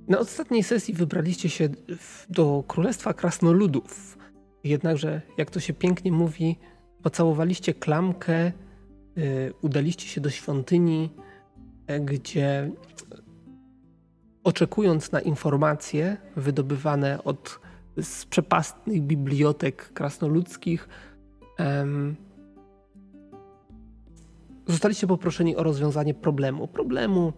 Na ostatniej sesji wybraliście się do Królestwa Krasnoludów. Jednakże, jak to się pięknie mówi, pocałowaliście klamkę, udaliście się do świątyni, gdzie oczekując na informacje wydobywane z przepastnych bibliotek krasnoludzkich, zostaliście poproszeni o rozwiązanie problemu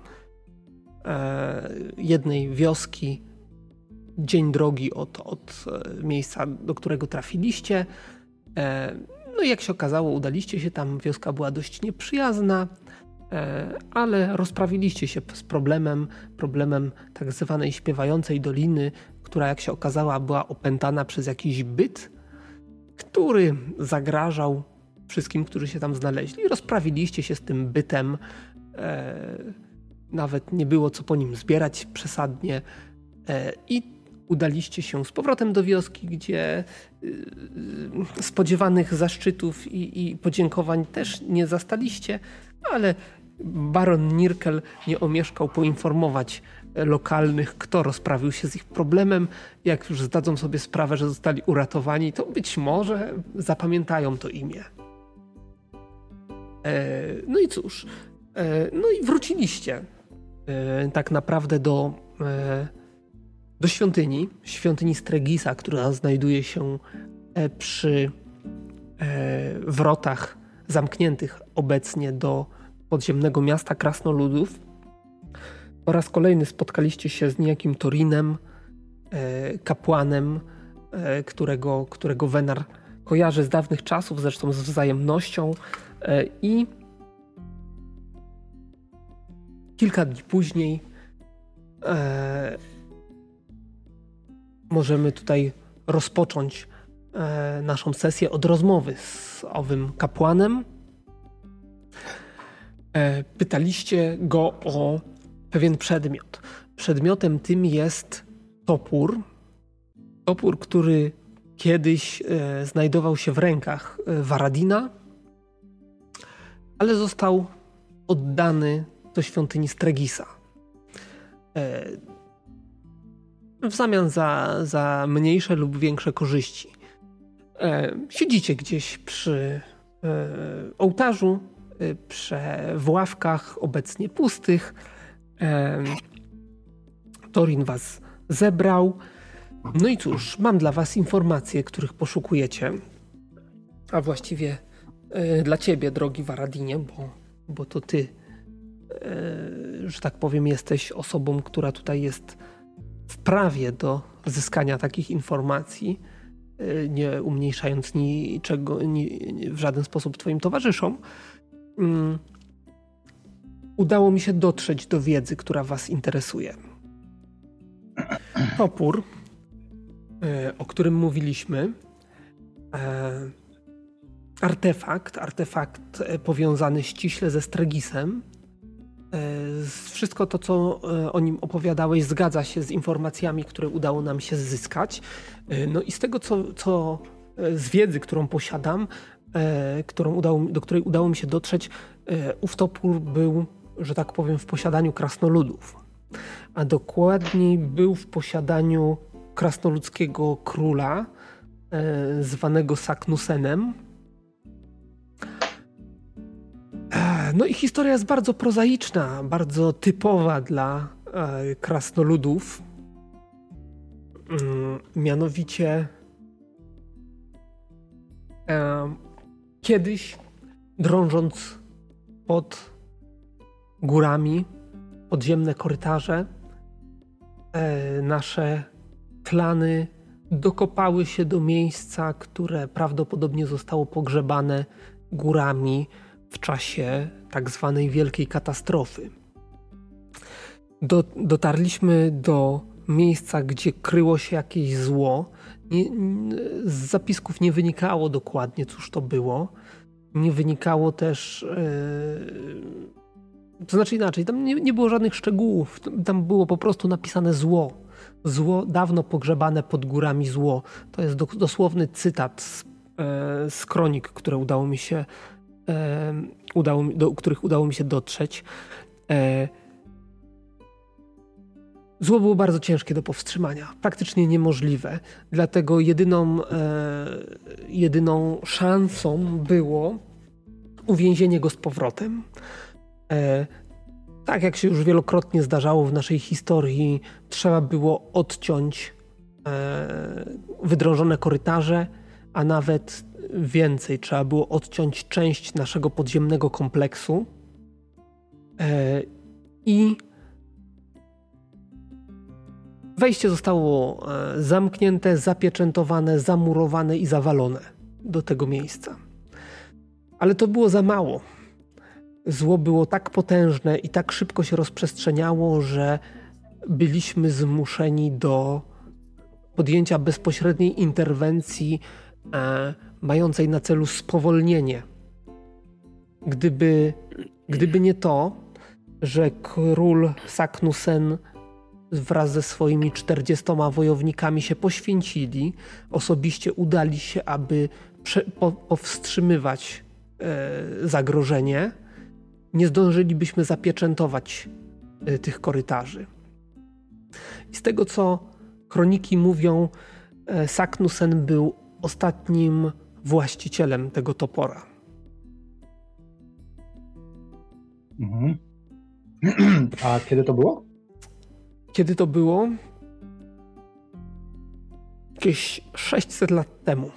jednej wioski, dzień drogi od miejsca, do którego trafiliście. No i jak się okazało, udaliście się tam, wioska była dość nieprzyjazna, ale rozprawiliście się z problemem tak zwanej śpiewającej doliny, która jak się okazała była opętana przez jakiś byt, który zagrażał wszystkim, którzy się tam znaleźli. Rozprawiliście się z tym bytem, nawet nie było co po nim zbierać przesadnie i udaliście się z powrotem do wioski, gdzie spodziewanych zaszczytów i podziękowań też nie zastaliście, ale baron Nirkel nie omieszkał poinformować lokalnych, kto rozprawił się z ich problemem. Jak już zdadzą sobie sprawę, że zostali uratowani, to być może zapamiętają to imię. No i cóż, no i wróciliście tak naprawdę do świątyni Stregisa, która znajduje się przy wrotach zamkniętych obecnie do podziemnego miasta Krasnoludów. Po raz kolejny spotkaliście się z niejakim Torinem, kapłanem, którego Wenar kojarzy z dawnych czasów, zresztą z wzajemnością, i kilka dni później możemy tutaj rozpocząć naszą sesję od rozmowy z owym kapłanem. Pytaliście go o pewien przedmiot. Przedmiotem tym jest topór. Topór, który kiedyś znajdował się w rękach Varadina, ale został oddany do świątyni Stregisa. W zamian za mniejsze lub większe korzyści. Siedzicie gdzieś przy ołtarzu, w ławkach obecnie pustych. Torin was zebrał. No i cóż, mam dla was informacje, których poszukujecie. A właściwie dla ciebie, drogi Varadinie, bo to ty, że tak powiem, jesteś osobą, która tutaj jest w prawie do zyskania takich informacji, nie umniejszając niczego w żaden sposób twoim towarzyszom. Udało mi się dotrzeć do wiedzy, która was interesuje. Topór, o którym mówiliśmy, artefakt powiązany ściśle ze Stregisem. Wszystko to, co o nim opowiadałeś, zgadza się z informacjami, które udało nam się zyskać. No i z tego, z wiedzy, którą posiadam, do której udało mi się dotrzeć, ów topór był, że tak powiem, w posiadaniu krasnoludów. A dokładniej był w posiadaniu krasnoludzkiego króla, zwanego Saknusenem. No i historia jest bardzo prozaiczna, bardzo typowa dla krasnoludów. Mianowicie kiedyś, drążąc pod górami podziemne korytarze, nasze klany dokopały się do miejsca, które prawdopodobnie zostało pogrzebane górami w czasie tak zwanej wielkiej katastrofy. Dotarliśmy do miejsca, gdzie kryło się jakieś zło. Z zapisków nie wynikało dokładnie, cóż to było. Nie wynikało też... To znaczy inaczej, tam nie było żadnych szczegółów. Tam było po prostu napisane zło. Zło, dawno pogrzebane pod górami zło. To jest dosłowny cytat z kronik, które do których udało mi się dotrzeć. Zło było bardzo ciężkie do powstrzymania, praktycznie niemożliwe. Dlatego jedyną szansą było uwięzienie go z powrotem. Tak jak się już wielokrotnie zdarzało w naszej historii, trzeba było odciąć wydrążone korytarze, a nawet więcej, trzeba było odciąć część naszego podziemnego kompleksu i wejście zostało zamknięte, zapieczętowane, zamurowane i zawalone do tego miejsca. Ale to było za mało. Zło było tak potężne i tak szybko się rozprzestrzeniało, że byliśmy zmuszeni do podjęcia bezpośredniej interwencji mającej na celu spowolnienie. Gdyby nie to, że król Saknusen wraz ze swoimi 40 wojownikami się poświęcili, osobiście udali się, aby powstrzymywać zagrożenie, nie zdążylibyśmy zapieczętować tych korytarzy. I z tego, co kroniki mówią, Saknusen był ostatnim właścicielem tego topora. Mhm. A kiedy to było? Kiedy to było? Jakieś 600 lat temu.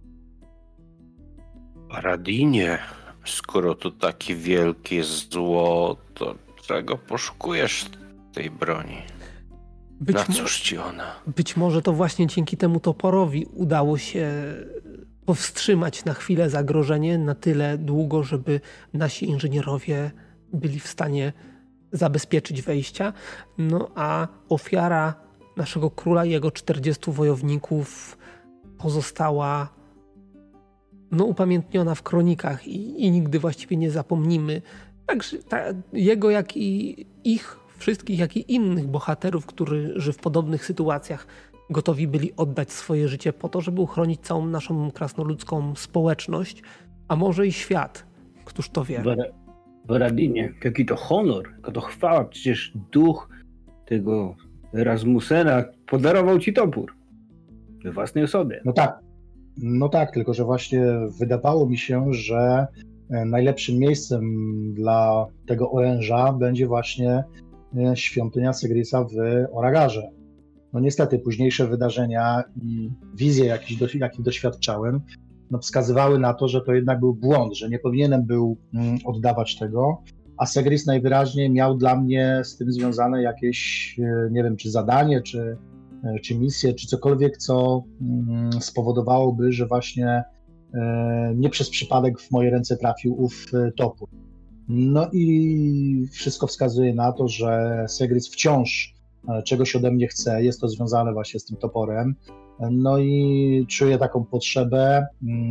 Radinie, skoro to takie wielkie zło, to czego poszukujesz tej broni? Na cóż ci ona? Być może to właśnie dzięki temu toporowi udało się powstrzymać na chwilę zagrożenie na tyle długo, żeby nasi inżynierowie byli w stanie zabezpieczyć wejścia. No a ofiara naszego króla i jego 40 wojowników pozostała upamiętniona w kronikach i nigdy właściwie nie zapomnimy. Także jego, jak i ich wszystkich, jak i innych bohaterów, którzy w podobnych sytuacjach gotowi byli oddać swoje życie po to, żeby uchronić całą naszą krasnoludzką społeczność, a może i świat. Któż to wie? Radinie, jaki to honor, jaka to chwała. Przecież duch tego Rasmusena podarował ci topór we własnej osobie. No tak, tylko że właśnie wydawało mi się, że najlepszym miejscem dla tego oręża będzie właśnie świątynia Segrisa w Oragarze. No niestety późniejsze wydarzenia i wizje, jakich doświadczałem, wskazywały na to, że to jednak był błąd, że nie powinienem był oddawać tego, a Segris najwyraźniej miał dla mnie z tym związane jakieś, nie wiem, czy zadanie, czy misję, czy cokolwiek, co spowodowałoby, że właśnie nie przez przypadek w moje ręce trafił ów topór. No i wszystko wskazuje na to, że Segris wciąż czegoś ode mnie chce, jest to związane właśnie z tym toporem. No i czuję taką potrzebę,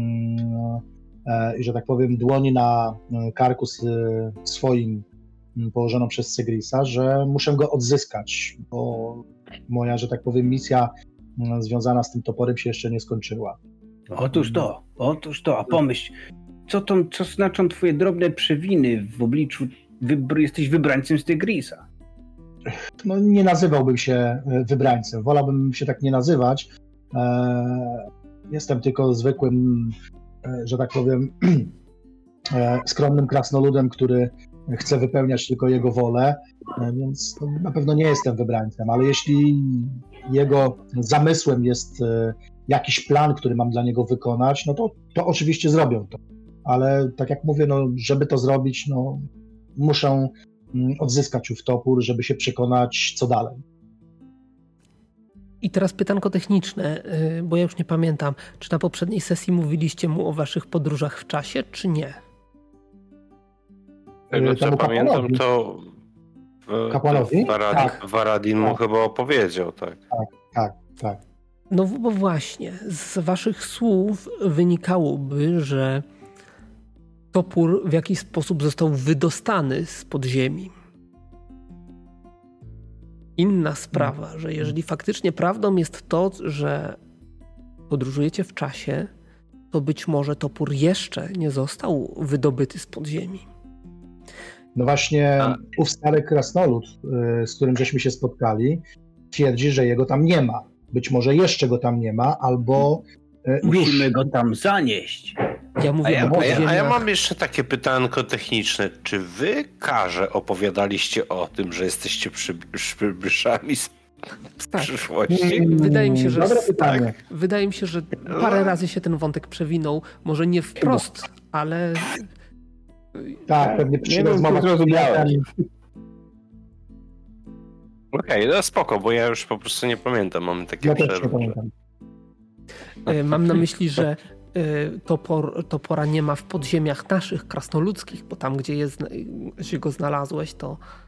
że tak powiem, dłoni na karku swoim położoną przez Segrisa, że muszę go odzyskać, bo moja, że tak powiem, misja związana z tym toporem się jeszcze nie skończyła. Otóż to, a pomyśl, co znaczą twoje drobne przewiny w obliczu, jesteś wybrańcem Segrisa. No nie nazywałbym się wybrańcem, wolałbym się tak nie nazywać. Jestem tylko zwykłym, że tak powiem, skromnym krasnoludem, który chce wypełniać tylko jego wolę, więc na pewno nie jestem wybrańcem, ale jeśli jego zamysłem jest jakiś plan, który mam dla niego wykonać, no to oczywiście zrobią to. Ale tak jak mówię, żeby to zrobić, muszę odzyskać ów topór, żeby się przekonać, co dalej. I teraz pytanko techniczne, bo ja już nie pamiętam, czy na poprzedniej sesji mówiliście mu o waszych podróżach w czasie, czy nie? Tego co pamiętam, to Varadin mu chyba opowiedział, tak. Tak. No bo właśnie, z waszych słów wynikałoby, że topór w jakiś sposób został wydostany z podziemi. Inna sprawa, że jeżeli faktycznie prawdą jest to, że podróżujecie w czasie, to być może topór jeszcze nie został wydobyty z podziemi. No właśnie ów stary krasnolud, z którym żeśmy się spotkali, twierdzi, że jego tam nie ma. Być może jeszcze go tam nie ma, albo musimy go tam zanieść. Ja mówię, a ja mam jeszcze takie pytanko techniczne. Czy wy, Karze, opowiadaliście o tym, że jesteście przybyszami z przyszłości? Wydaje mi się, że Dobre pytanie. tak. Wydaje mi się, że parę razy się ten wątek przewinął. Może nie wprost, ale... Tak, pewnie przy Nie wiem, rozmowach czy zrozumiałem. Okej, no spoko, bo ja już po prostu nie pamiętam. Mamy takie Ja też nie przerwy. pamiętam. Mam na myśli, że topora nie ma w podziemiach naszych krasnoludzkich, bo tam, gdzie gdzie go znalazłeś,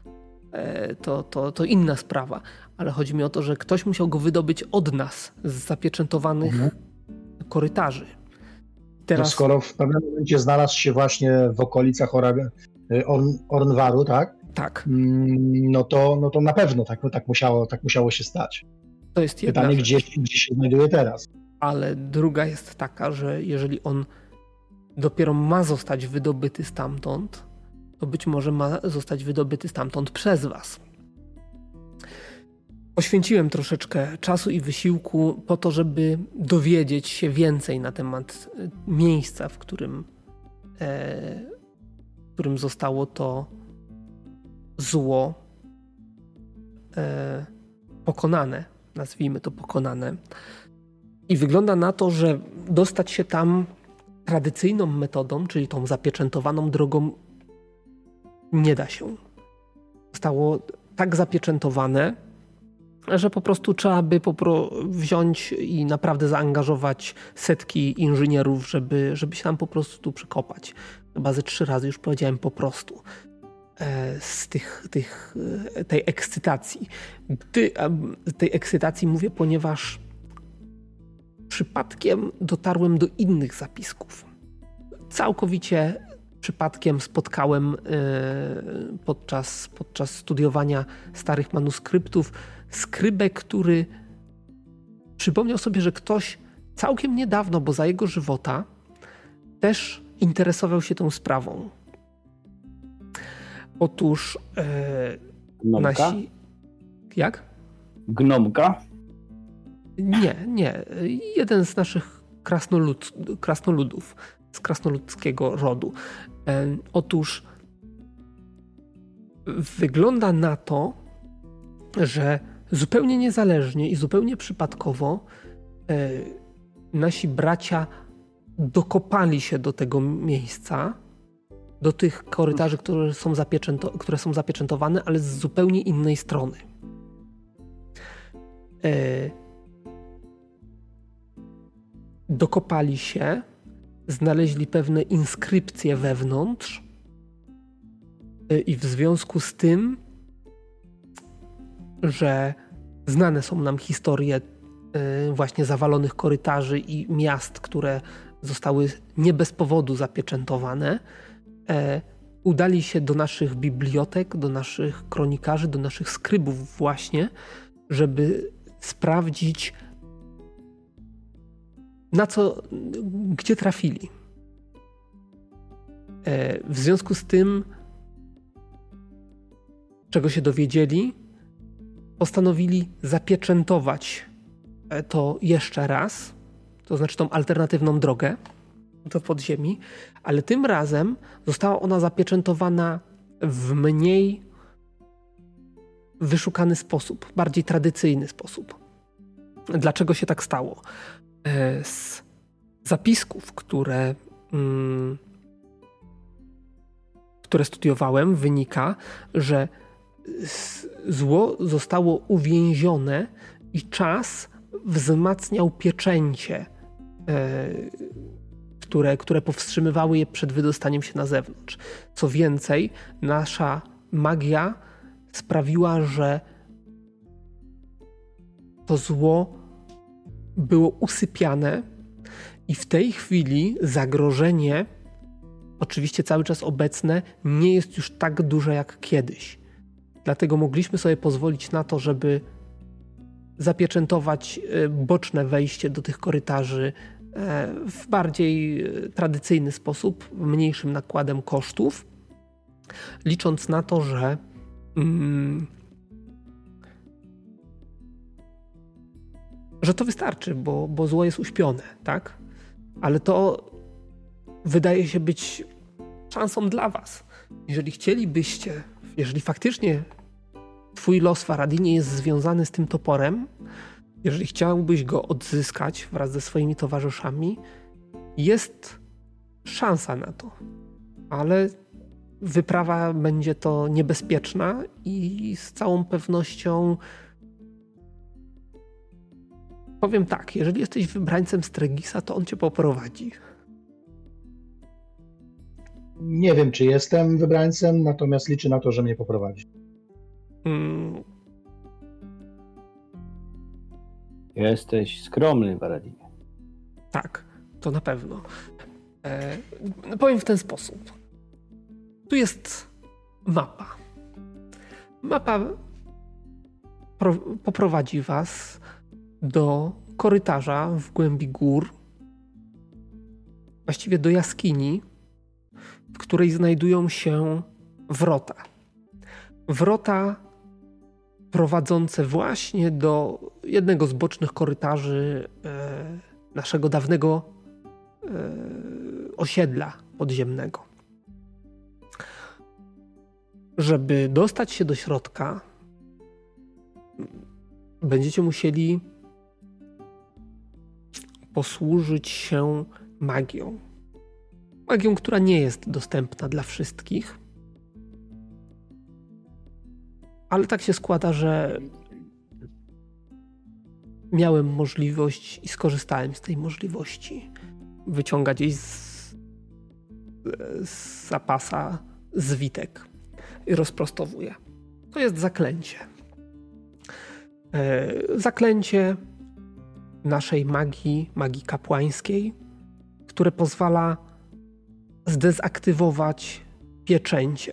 to inna sprawa. Ale chodzi mi o to, że ktoś musiał go wydobyć od nas z zapieczętowanych korytarzy. Teraz... No skoro w pewnym momencie znalazł się właśnie w okolicach Ornwaru, tak? Tak. No to na pewno tak musiało się stać. To jest jedna Pytanie, rzecz. gdzie się znajduje teraz? Ale druga jest taka, że jeżeli on dopiero ma zostać wydobyty stamtąd, to być może ma zostać wydobyty stamtąd przez was. Poświęciłem troszeczkę czasu i wysiłku po to, żeby dowiedzieć się więcej na temat miejsca, w którym zostało to zło pokonane. Nazwijmy to pokonane. I wygląda na to, że dostać się tam tradycyjną metodą, czyli tą zapieczętowaną drogą, nie da się. Zostało tak zapieczętowane, że po prostu trzeba by wziąć i naprawdę zaangażować setki inżynierów, żeby się tam po prostu tu przykopać. Chyba ze 3 razy już powiedziałem po prostu. Z tej ekscytacji. Tej ekscytacji mówię, ponieważ przypadkiem dotarłem do innych zapisków. Całkowicie przypadkiem spotkałem podczas studiowania starych manuskryptów skrybę, który przypomniał sobie, że ktoś całkiem niedawno, bo za jego żywota, też interesował się tą sprawą. Otóż Gnomka? nasi... Jak? Gnomka? Nie. Jeden z naszych krasnoludów z krasnoludzkiego rodu. Otóż wygląda na to, że zupełnie niezależnie i zupełnie przypadkowo nasi bracia dokopali się do tego miejsca, do tych korytarzy, które są zapieczętowane, ale z zupełnie innej strony. Dokopali się, znaleźli pewne inskrypcje wewnątrz i w związku z tym, że znane są nam historie właśnie zawalonych korytarzy i miast, które zostały nie bez powodu zapieczętowane, udali się do naszych bibliotek, do naszych kronikarzy, do naszych skrybów właśnie, żeby sprawdzić, gdzie trafili. W związku z tym, czego się dowiedzieli, postanowili zapieczętować to jeszcze raz, to znaczy tą alternatywną drogę do podziemi, ale tym razem została ona zapieczętowana w mniej wyszukany sposób, bardziej tradycyjny sposób. Dlaczego się tak stało? Z zapisków, które studiowałem, wynika, że zło zostało uwięzione i czas wzmacniał pieczęcie, które powstrzymywały je przed wydostaniem się na zewnątrz. Co więcej, nasza magia sprawiła, że to zło było usypiane i w tej chwili zagrożenie, oczywiście cały czas obecne, nie jest już tak duże jak kiedyś. Dlatego mogliśmy sobie pozwolić na to, żeby zapieczętować boczne wejście do tych korytarzy w bardziej tradycyjny sposób, mniejszym nakładem kosztów, licząc na to, że że to wystarczy, bo zło jest uśpione, tak? Ale to wydaje się być szansą dla was. Jeżeli faktycznie twój los w Aradinie jest związany z tym toporem, jeżeli chciałbyś go odzyskać wraz ze swoimi towarzyszami, jest szansa na to. Ale wyprawa będzie to niebezpieczna i z całą pewnością powiem tak, jeżeli jesteś wybrańcem Stregisa, to on cię poprowadzi. Nie wiem, czy jestem wybrańcem, natomiast liczę na to, że mnie poprowadzi. Jesteś skromny w Aradinie. Tak, to na pewno. Powiem w ten sposób. Tu jest mapa. Mapa poprowadzi was do korytarza w głębi gór, właściwie do jaskini, w której znajdują się wrota. Wrota prowadzące właśnie do jednego z bocznych korytarzy naszego dawnego osiedla podziemnego. Żeby dostać się do środka, będziecie musieli posłużyć się magią. Magią, która nie jest dostępna dla wszystkich. Ale tak się składa, że miałem możliwość i skorzystałem z tej możliwości. Wyciąga gdzieś z zapasa zwitek i rozprostowuję. To jest zaklęcie. Zaklęcie naszej magii kapłańskiej, które pozwala zdezaktywować pieczęcie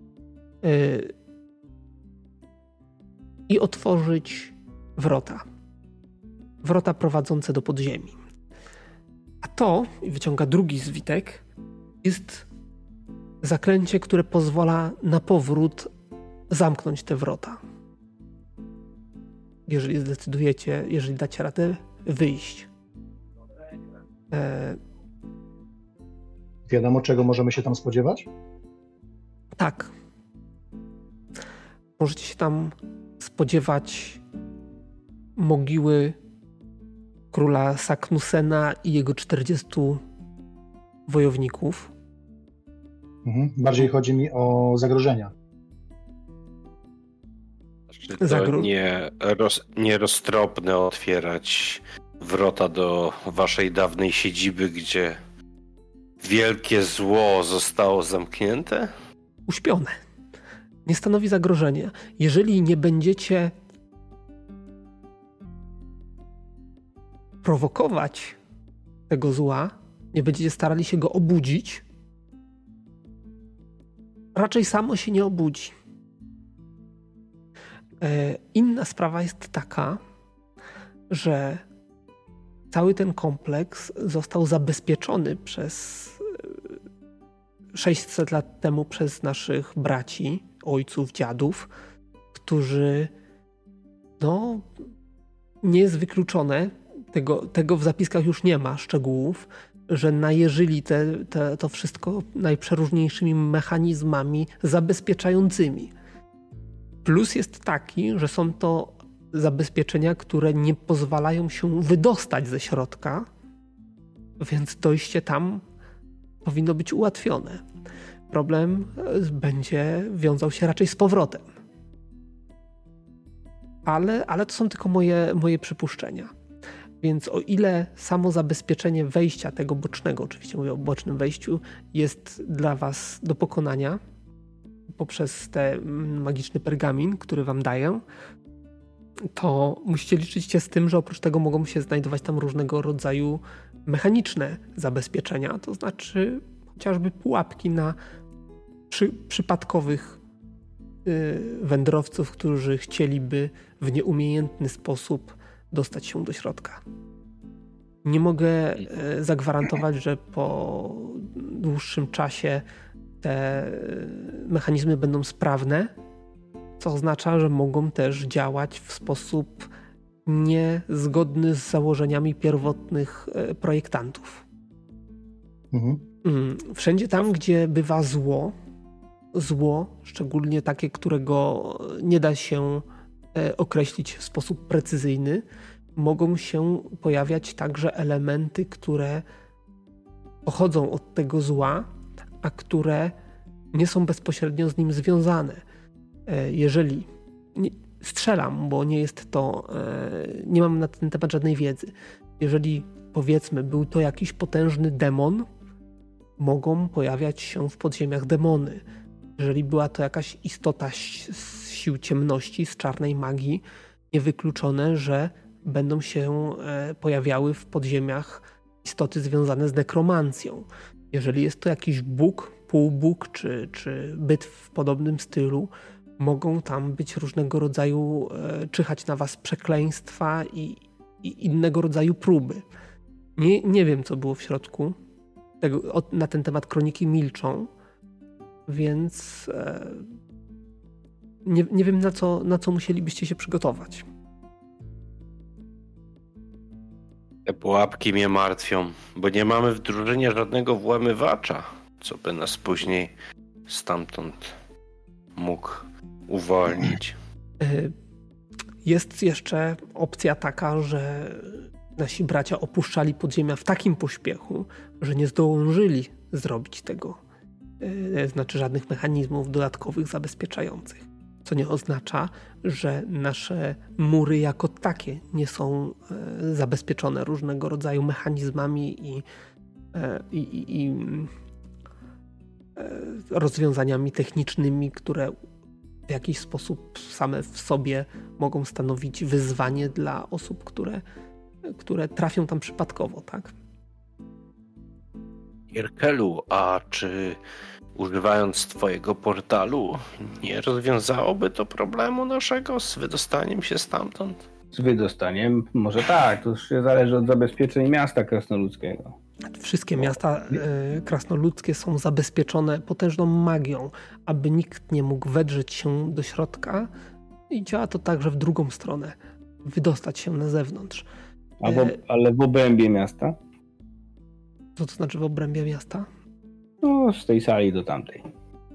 i otworzyć wrota. Wrota prowadzące do podziemi. A to, i wyciąga drugi zwitek, jest zaklęcie, które pozwala na powrót zamknąć te wrota. Jeżeli zdecydujecie, jeżeli dacie radę wyjść. Wiadomo, czego możemy się tam spodziewać? Tak. Możecie się tam spodziewać mogiły króla Saknusena i jego 40 wojowników. Bardziej chodzi mi o zagrożenia. Czy to nieroztropne otwierać wrota do waszej dawnej siedziby, gdzie wielkie zło zostało zamknięte? Uśpione. Nie stanowi zagrożenia. Jeżeli nie będziecie prowokować tego zła, nie będziecie starali się go obudzić, raczej samo się nie obudzi. Inna sprawa jest taka, że cały ten kompleks został zabezpieczony przez 600 lat temu przez naszych braci, ojców, dziadów, którzy, nie jest wykluczone, tego w zapiskach już nie ma szczegółów, że najeżyli to wszystko najprzeróżniejszymi mechanizmami zabezpieczającymi. Plus jest taki, że są to zabezpieczenia, które nie pozwalają się wydostać ze środka, więc dojście tam powinno być ułatwione. Problem będzie wiązał się raczej z powrotem. Ale to są tylko moje przypuszczenia. Więc o ile samo zabezpieczenie wejścia tego bocznego, oczywiście mówię o bocznym wejściu, jest dla was do pokonania poprzez ten magiczny pergamin, który wam daję, to musicie liczyć się z tym, że oprócz tego mogą się znajdować tam różnego rodzaju mechaniczne zabezpieczenia, to znaczy chociażby pułapki na przypadkowych wędrowców, którzy chcieliby w nieumiejętny sposób dostać się do środka. Nie mogę zagwarantować, że po dłuższym czasie te mechanizmy będą sprawne, co oznacza, że mogą też działać w sposób niezgodny z założeniami pierwotnych projektantów. Wszędzie tam, gdzie bywa zło, szczególnie takie, którego nie da się określić w sposób precyzyjny, mogą się pojawiać także elementy, które pochodzą od tego zła, a które nie są bezpośrednio z nim związane. Jeżeli strzelam, bo nie jest to, nie mam na ten temat żadnej wiedzy. Jeżeli, powiedzmy, był to jakiś potężny demon, mogą pojawiać się w podziemiach demony. Jeżeli była to jakaś istota z sił ciemności, z czarnej magii, niewykluczone, że będą się pojawiały w podziemiach istoty związane z nekromancją. Jeżeli jest to jakiś bóg, półbóg czy byt w podobnym stylu, mogą tam być różnego rodzaju, czyhać na was przekleństwa i innego rodzaju próby. Nie wiem, co było w środku. Na ten temat kroniki milczą, więc nie wiem, na co musielibyście się przygotować. Te pułapki mnie martwią, bo nie mamy w drużynie żadnego włamywacza, co by nas później stamtąd mógł uwolnić. Jest jeszcze opcja taka, że nasi bracia opuszczali podziemia w takim pośpiechu, że nie zdążyli zrobić tego. Znaczy żadnych mechanizmów dodatkowych zabezpieczających. Co nie oznacza, że nasze mury jako takie nie są zabezpieczone różnego rodzaju mechanizmami i rozwiązaniami technicznymi, które w jakiś sposób same w sobie mogą stanowić wyzwanie dla osób, które trafią tam przypadkowo, tak? Irkelu, a czy używając twojego portalu nie rozwiązałoby to problemu naszego z wydostaniem się stamtąd? Z wydostaniem? Może tak, to już zależy od zabezpieczeń miasta krasnoludzkiego. Wszystkie miasta krasnoludzkie są zabezpieczone potężną magią, aby nikt nie mógł wedrzeć się do środka i działa to także w drugą stronę. Wydostać się na zewnątrz. Ale w obrębie miasta? Co to znaczy w obrębie miasta? No, z tej sali do tamtej.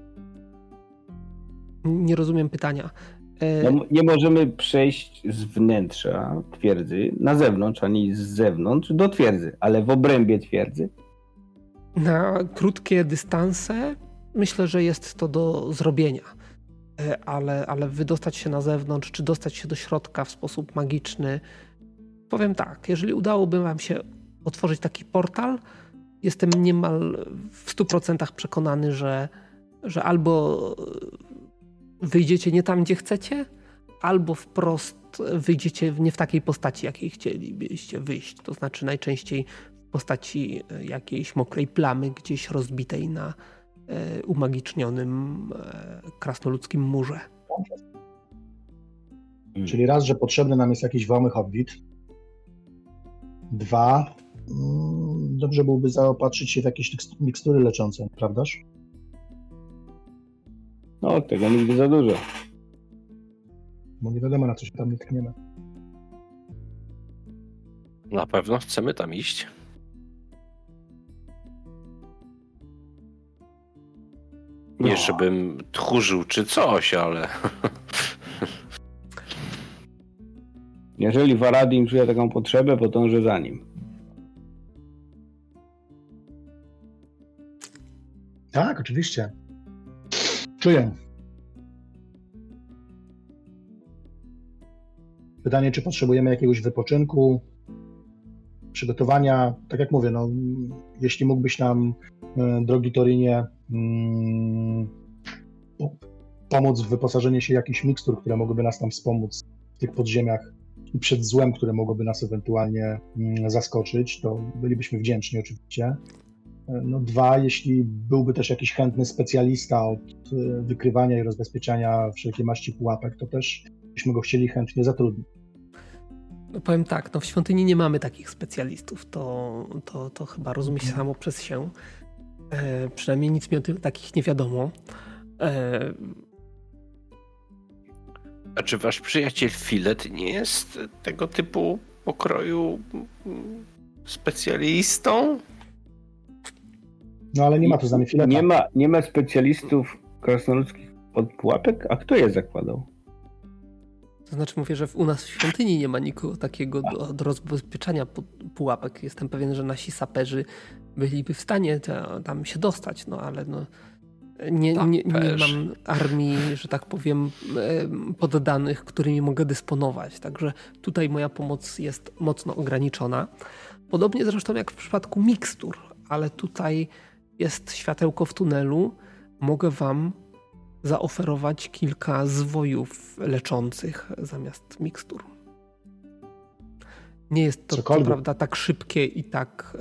Nie rozumiem pytania. No, nie możemy przejść z wnętrza twierdzy na zewnątrz, ani z zewnątrz do twierdzy, ale w obrębie twierdzy? Na krótkie dystanse myślę, że jest to do zrobienia. Ale wydostać się na zewnątrz, czy dostać się do środka w sposób magiczny, powiem tak, jeżeli udałoby wam się otworzyć taki portal, jestem niemal w 100% przekonany, że albo wyjdziecie nie tam, gdzie chcecie, albo wprost wyjdziecie nie w takiej postaci, jakiej chcielibyście wyjść. To znaczy najczęściej w postaci jakiejś mokrej plamy gdzieś rozbitej na umagicznionym krasnoludzkim murze. Czyli raz, że potrzebny nam jest jakiś włamy hobbit. Dwa, dobrze byłoby zaopatrzyć się w jakieś mikstury leczące, prawdaż? No, tego nigdy za dużo. Bo nie wiadomo, na co się tam nie tkniemy. Na pewno chcemy tam iść. Nie, żebym tchórzył czy coś, ale... Jeżeli Varadin czuje taką potrzebę, podążę za nim. Tak, oczywiście. Czuję. Pytanie, czy potrzebujemy jakiegoś wypoczynku, przygotowania. Tak jak mówię, no, jeśli mógłbyś nam, drogi Torinie, pomóc w wyposażeniu się jakichś mikstur, które mogłyby nas tam wspomóc w tych podziemiach i przed złem, które mogłoby nas ewentualnie zaskoczyć, to bylibyśmy wdzięczni oczywiście. No, dwa, jeśli byłby też jakiś chętny specjalista od wykrywania i rozbezpieczania wszelkiej maści pułapek, to też byśmy go chcieli chętnie zatrudnić. No powiem tak, no w świątyni nie mamy takich specjalistów, to chyba rozumie się samo przez się. Przynajmniej nic mi o takich nie wiadomo. A czy wasz przyjaciel Filet nie jest tego typu pokroju specjalistą? No ale nie ma tu z nami Fileta. Nie ma specjalistów krasnoludzkich od pułapek? A kto je zakładał? To znaczy mówię, że u nas w świątyni nie ma nikogo takiego do rozbezpieczania pułapek. Jestem pewien, że nasi saperzy byliby w stanie tam się dostać, no ale no, nie mam armii, że tak powiem, poddanych, którymi mogę dysponować. Także tutaj moja pomoc jest mocno ograniczona. Podobnie zresztą jak w przypadku mikstur, ale tutaj jest światełko w tunelu. Mogę wam zaoferować kilka zwojów leczących zamiast mikstur. Nie jest to co prawda tak szybkie i tak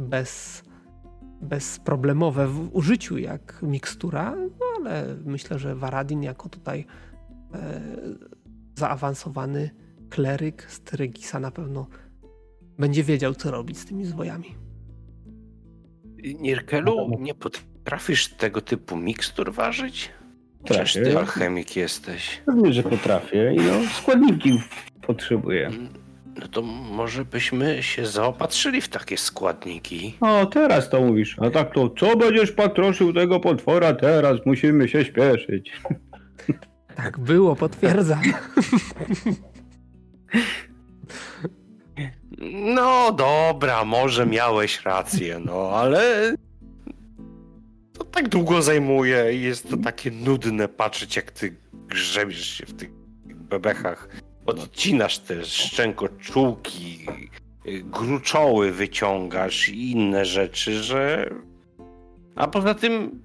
bezproblemowe w użyciu jak mikstura, no ale myślę, że Varadin jako tutaj zaawansowany kleryk z Tregisa na pewno będzie wiedział, co robić z tymi zwojami. Nirkelu, nie potrafisz tego typu mikstur ważyć? Przecież ty alchemik jesteś. Pewnie, że potrafię i składniki potrzebuję. No to może byśmy się zaopatrzyli w takie składniki. O, teraz to mówisz. A tak to co będziesz patroszył tego potwora teraz? Musimy się śpieszyć. Tak było, potwierdzam. No dobra, może miałeś rację, no ale to tak długo zajmuje i jest to takie nudne patrzeć, jak ty grzebiesz się w tych bebechach. Odcinasz te szczękoczułki, gruczoły wyciągasz i inne rzeczy, że... A poza tym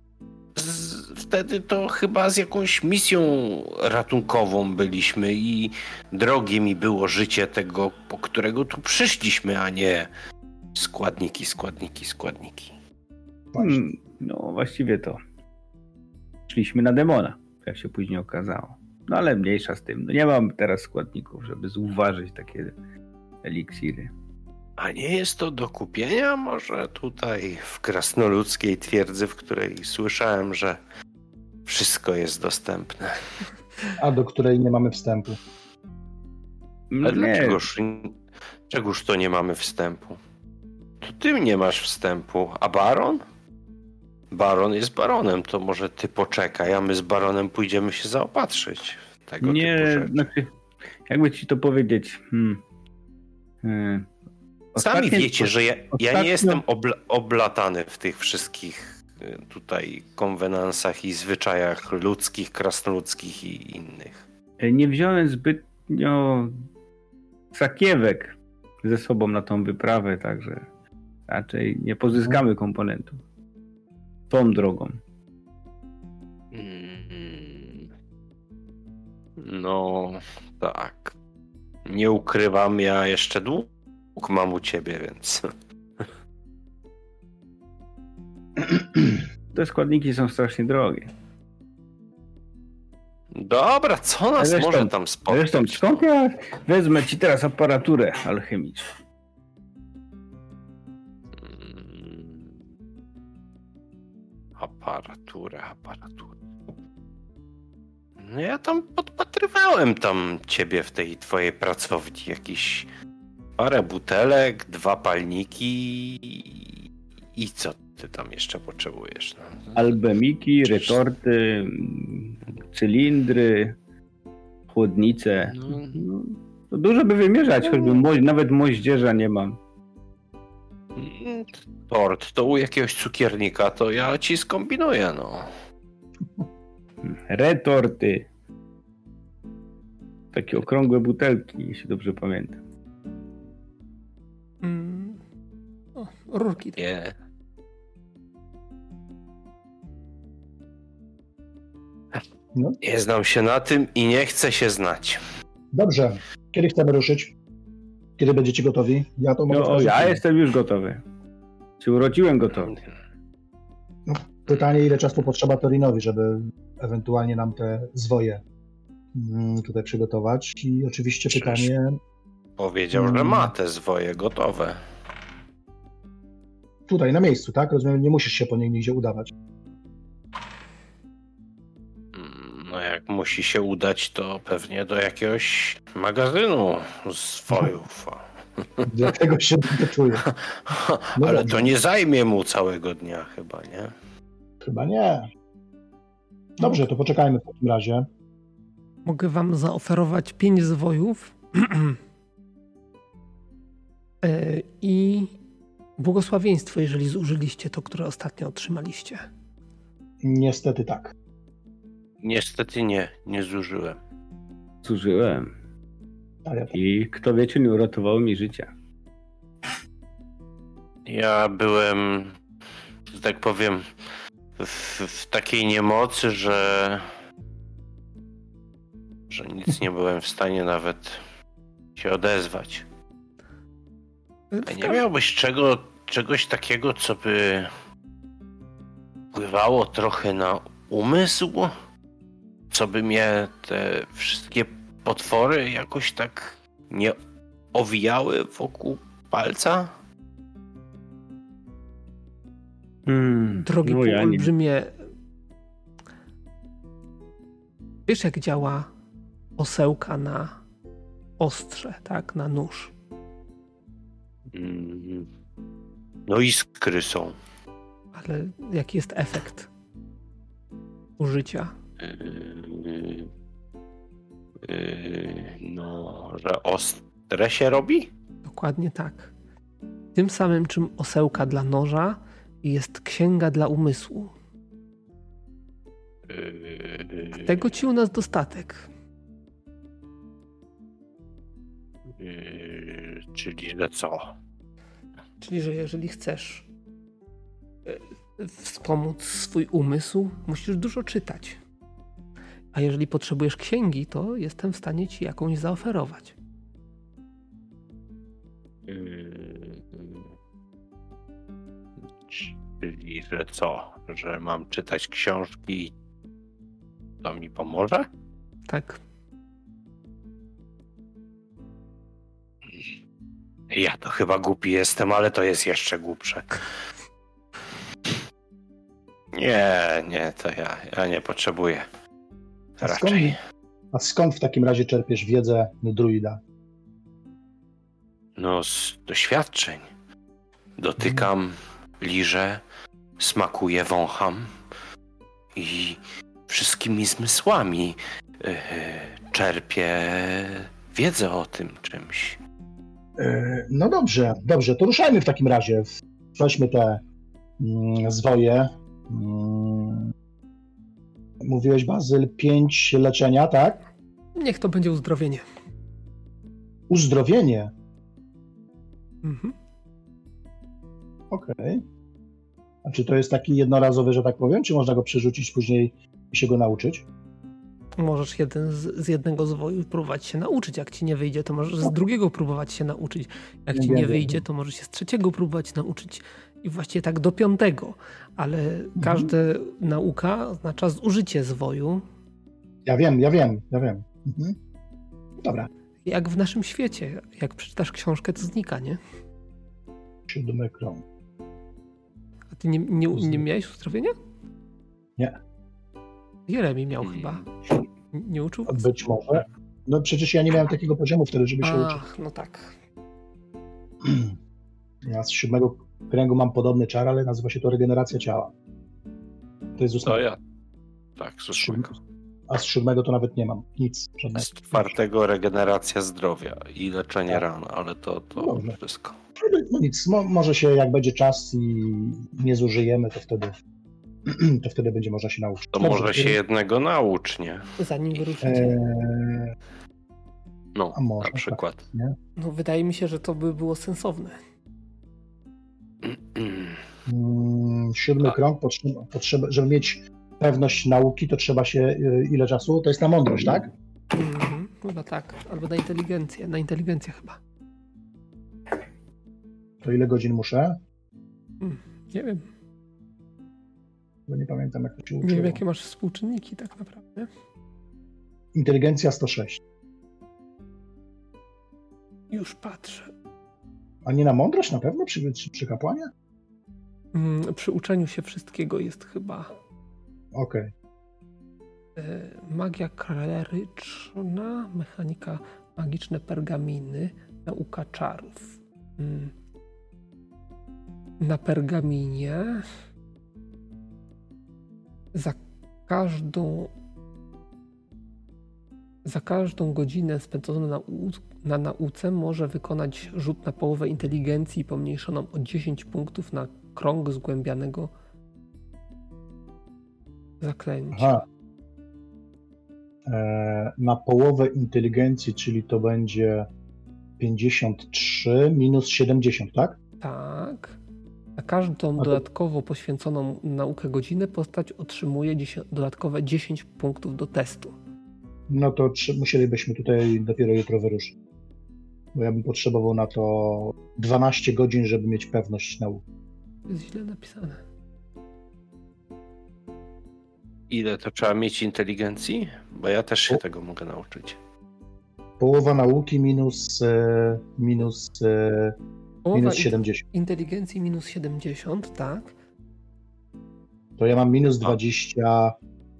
wtedy to chyba z jakąś misją ratunkową byliśmy i drogie mi było życie tego, po którego tu przyszliśmy, a nie składniki. No właściwie to szliśmy na demona, jak się później okazało. No ale mniejsza z tym. No nie mam teraz składników, żeby zauważyć takie eliksiry. A nie jest to do kupienia może tutaj w krasnoludzkiej twierdzy, w której słyszałem, że wszystko jest dostępne. A do której nie mamy wstępu. Ale czegoż to nie mamy wstępu? To ty nie masz wstępu, a baron? Baron jest baronem, to może ty poczekaj, a my z baronem pójdziemy się zaopatrzyć w tego typu rzeczy. Znaczy, jakby ci to powiedzieć... Sami wiecie, że ja nie jestem oblatany w tych wszystkich tutaj konwenansach i zwyczajach ludzkich, krasnoludzkich i innych. Nie wziąłem zbytnio sakiewek ze sobą na tą wyprawę, także raczej nie pozyskamy komponentów tą drogą. No tak. Nie ukrywam, ja jeszcze dług mam u ciebie, więc... Te składniki są strasznie drogie. Dobra, co nas może tam spotkać? Zresztą, skąd ja wezmę ci teraz aparaturę alchemiczną? Aparaturę. No ja tam podpatrywałem ciebie w tej twojej pracowni. Jakieś parę butelek, 2 palniki i co ty tam jeszcze potrzebujesz? No? Albemiki, retorty, cylindry, chłodnice. No, dużo by wymierzać, choćby nawet moździerza nie mam. Tort to u jakiegoś cukiernika, to ja ci skombinuję, no. Retorty. Takie okrągłe butelki, jeśli dobrze pamiętam. Rurki. Nie. No. Nie znam się na tym i nie chcę się znać. Dobrze. Kiedy chcemy ruszyć? Kiedy będziecie gotowi? Ja to mogę ja jestem już gotowy. Się urodziłem gotowy. No, pytanie, ile czasu potrzeba Torinowi, żeby ewentualnie nam te zwoje tutaj przygotować. I oczywiście pytanie... Powiedział, że ma te zwoje gotowe. Tutaj, na miejscu, tak? Rozumiem, nie musisz się po niej nigdzie udawać. No jak musi się udać, to pewnie do jakiegoś magazynu zwojów. Dlatego się dogotuję. No ale dobrze. to nie zajmie mu całego dnia chyba, nie? Chyba nie. Dobrze, to poczekajmy w takim razie. Mogę wam zaoferować 5 zwojów i błogosławieństwo, jeżeli zużyliście to, które ostatnio otrzymaliście. Niestety tak. Niestety nie zużyłem. Zużyłem. A ja tak. I kto wie, czy nie uratowało mi życia. Ja byłem, że tak powiem, w takiej niemocy, że nic nie byłem w stanie nawet się odezwać. A nie miałbyś czegoś takiego, co by wpływało trochę na umysł? Co by mnie te wszystkie potwory jakoś tak nie owijały wokół palca? Drogi półolbrzymie, wiesz jak działa osełka na ostrze, tak? Na nóż. No iskry są. Ale jaki jest efekt użycia? No, że ostre się robi? Dokładnie tak. Tym samym czym osełka dla noża jest księga dla umysłu. Tego ci u nas dostatek. Czyli że co? Czyli, że jeżeli chcesz wspomóc swój umysł, musisz dużo czytać. A jeżeli potrzebujesz księgi, to jestem w stanie ci jakąś zaoferować. Czyli że co? Że mam czytać książki i to mi pomoże? Tak. Ja to chyba głupi jestem, ale to jest jeszcze głupsze. Nie, to ja nie potrzebuję. Raczej. A skąd w takim razie czerpiesz wiedzę druida? No, z doświadczeń. Dotykam, liżę, smakuję, wącham i wszystkimi zmysłami czerpię wiedzę o tym czymś. No dobrze, to ruszajmy w takim razie. Weźmy te zwoje. Mówiłeś, Bazyl, 5 leczenia, tak? Niech to będzie uzdrowienie. Uzdrowienie? Mhm. Okej. A czy to jest taki jednorazowy, że tak powiem, czy można go przerzucić później i się go nauczyć? Możesz z jednego zwoju próbować się nauczyć. Jak ci nie wyjdzie, to możesz z drugiego próbować się nauczyć. Jak ci nie wyjdzie, to możesz się z trzeciego próbować nauczyć. I właściwie tak do 5. Ale każda nauka oznacza zużycie zwoju. Ja wiem. Mhm. Dobra. Jak w naszym świecie. Jak przeczytasz książkę, to znika, nie? 7 krąg. A ty nie miałeś uzdrowienia? Nie. Jeremi miał chyba. Nie uczył was? Być może. No przecież ja nie miałem takiego poziomu wtedy, żeby się uczyć. No tak. Ja z 7 kręgu mam podobny czar, ale nazywa się to regeneracja ciała. To jest z 8. To ja. Tak, z 8. A z 7 to nawet nie mam. Nic. Żadnego. Z 4 regeneracja zdrowia i leczenie ran, ale to Dobrze. wszystko. No nic, może się jak będzie czas i nie zużyjemy, to wtedy będzie można się nauczyć. To Dobrze, może się jednego naucz, nie? Zanim wyruszycie. No, a może, na przykład. Tak, nie? No wydaje mi się, że to by było sensowne. 7 Tak. krąg, żeby mieć pewność nauki, to trzeba się ile czasu? To jest na mądrość, tak? Chyba tak. Albo na inteligencję. Na inteligencję chyba. To ile godzin muszę? Nie wiem. Bo nie pamiętam, jak to się Nie uczyło. wiem, jakie masz współczynniki tak naprawdę. Inteligencja 106. Już patrzę. A nie na mądrość na pewno przy kapłanie? Przy uczeniu się wszystkiego jest chyba Okej. Magia kleryczna, mechanika magiczne pergaminy, nauka czarów. Na pergaminie za każdą godzinę spędzoną na nauce może wykonać rzut na połowę inteligencji pomniejszoną o 10 punktów na krąg zgłębianego zaklęcia. Aha. Na połowę inteligencji, czyli to będzie 53 minus 70, tak? Tak. Na każdą dodatkowo poświęconą naukę godzinę postać otrzymuje dodatkowe 10 punktów do testu. No to musielibyśmy tutaj dopiero jutro wyruszyć. Bo ja bym potrzebował na to 12 godzin, żeby mieć pewność nauki. To jest źle napisane. Ile to trzeba mieć inteligencji? Bo ja też się tego mogę nauczyć. Połowa nauki minus 70. Inteligencji minus 70, tak. To ja mam minus 20,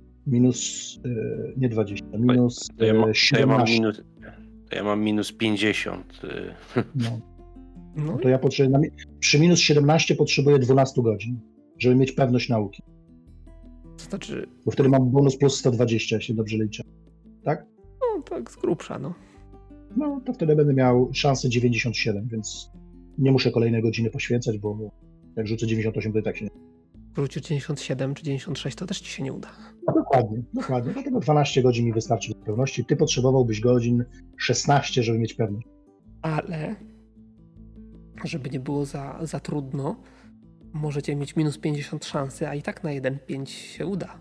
nie 20, minus 17. To ja mam minus 50. No to ja potrzebuję, przy minus 17 potrzebuję 12 godzin, żeby mieć pewność nauki. To znaczy... Bo wtedy mam bonus plus 120, jeśli dobrze liczę. Tak? No tak z grubsza, no. No to wtedy będę miał szansę 97, więc nie muszę kolejnej godziny poświęcać, bo jak rzucę 98, to i tak się nie... Rzucić 97 czy 96, to też ci się nie uda. Dokładnie. Dlatego 12 godzin mi wystarczy do pewności. Ty potrzebowałbyś godzin 16, żeby mieć pewność. Ale, żeby nie było za trudno, możecie mieć minus 50 szansy, a i tak na 1,5 się uda.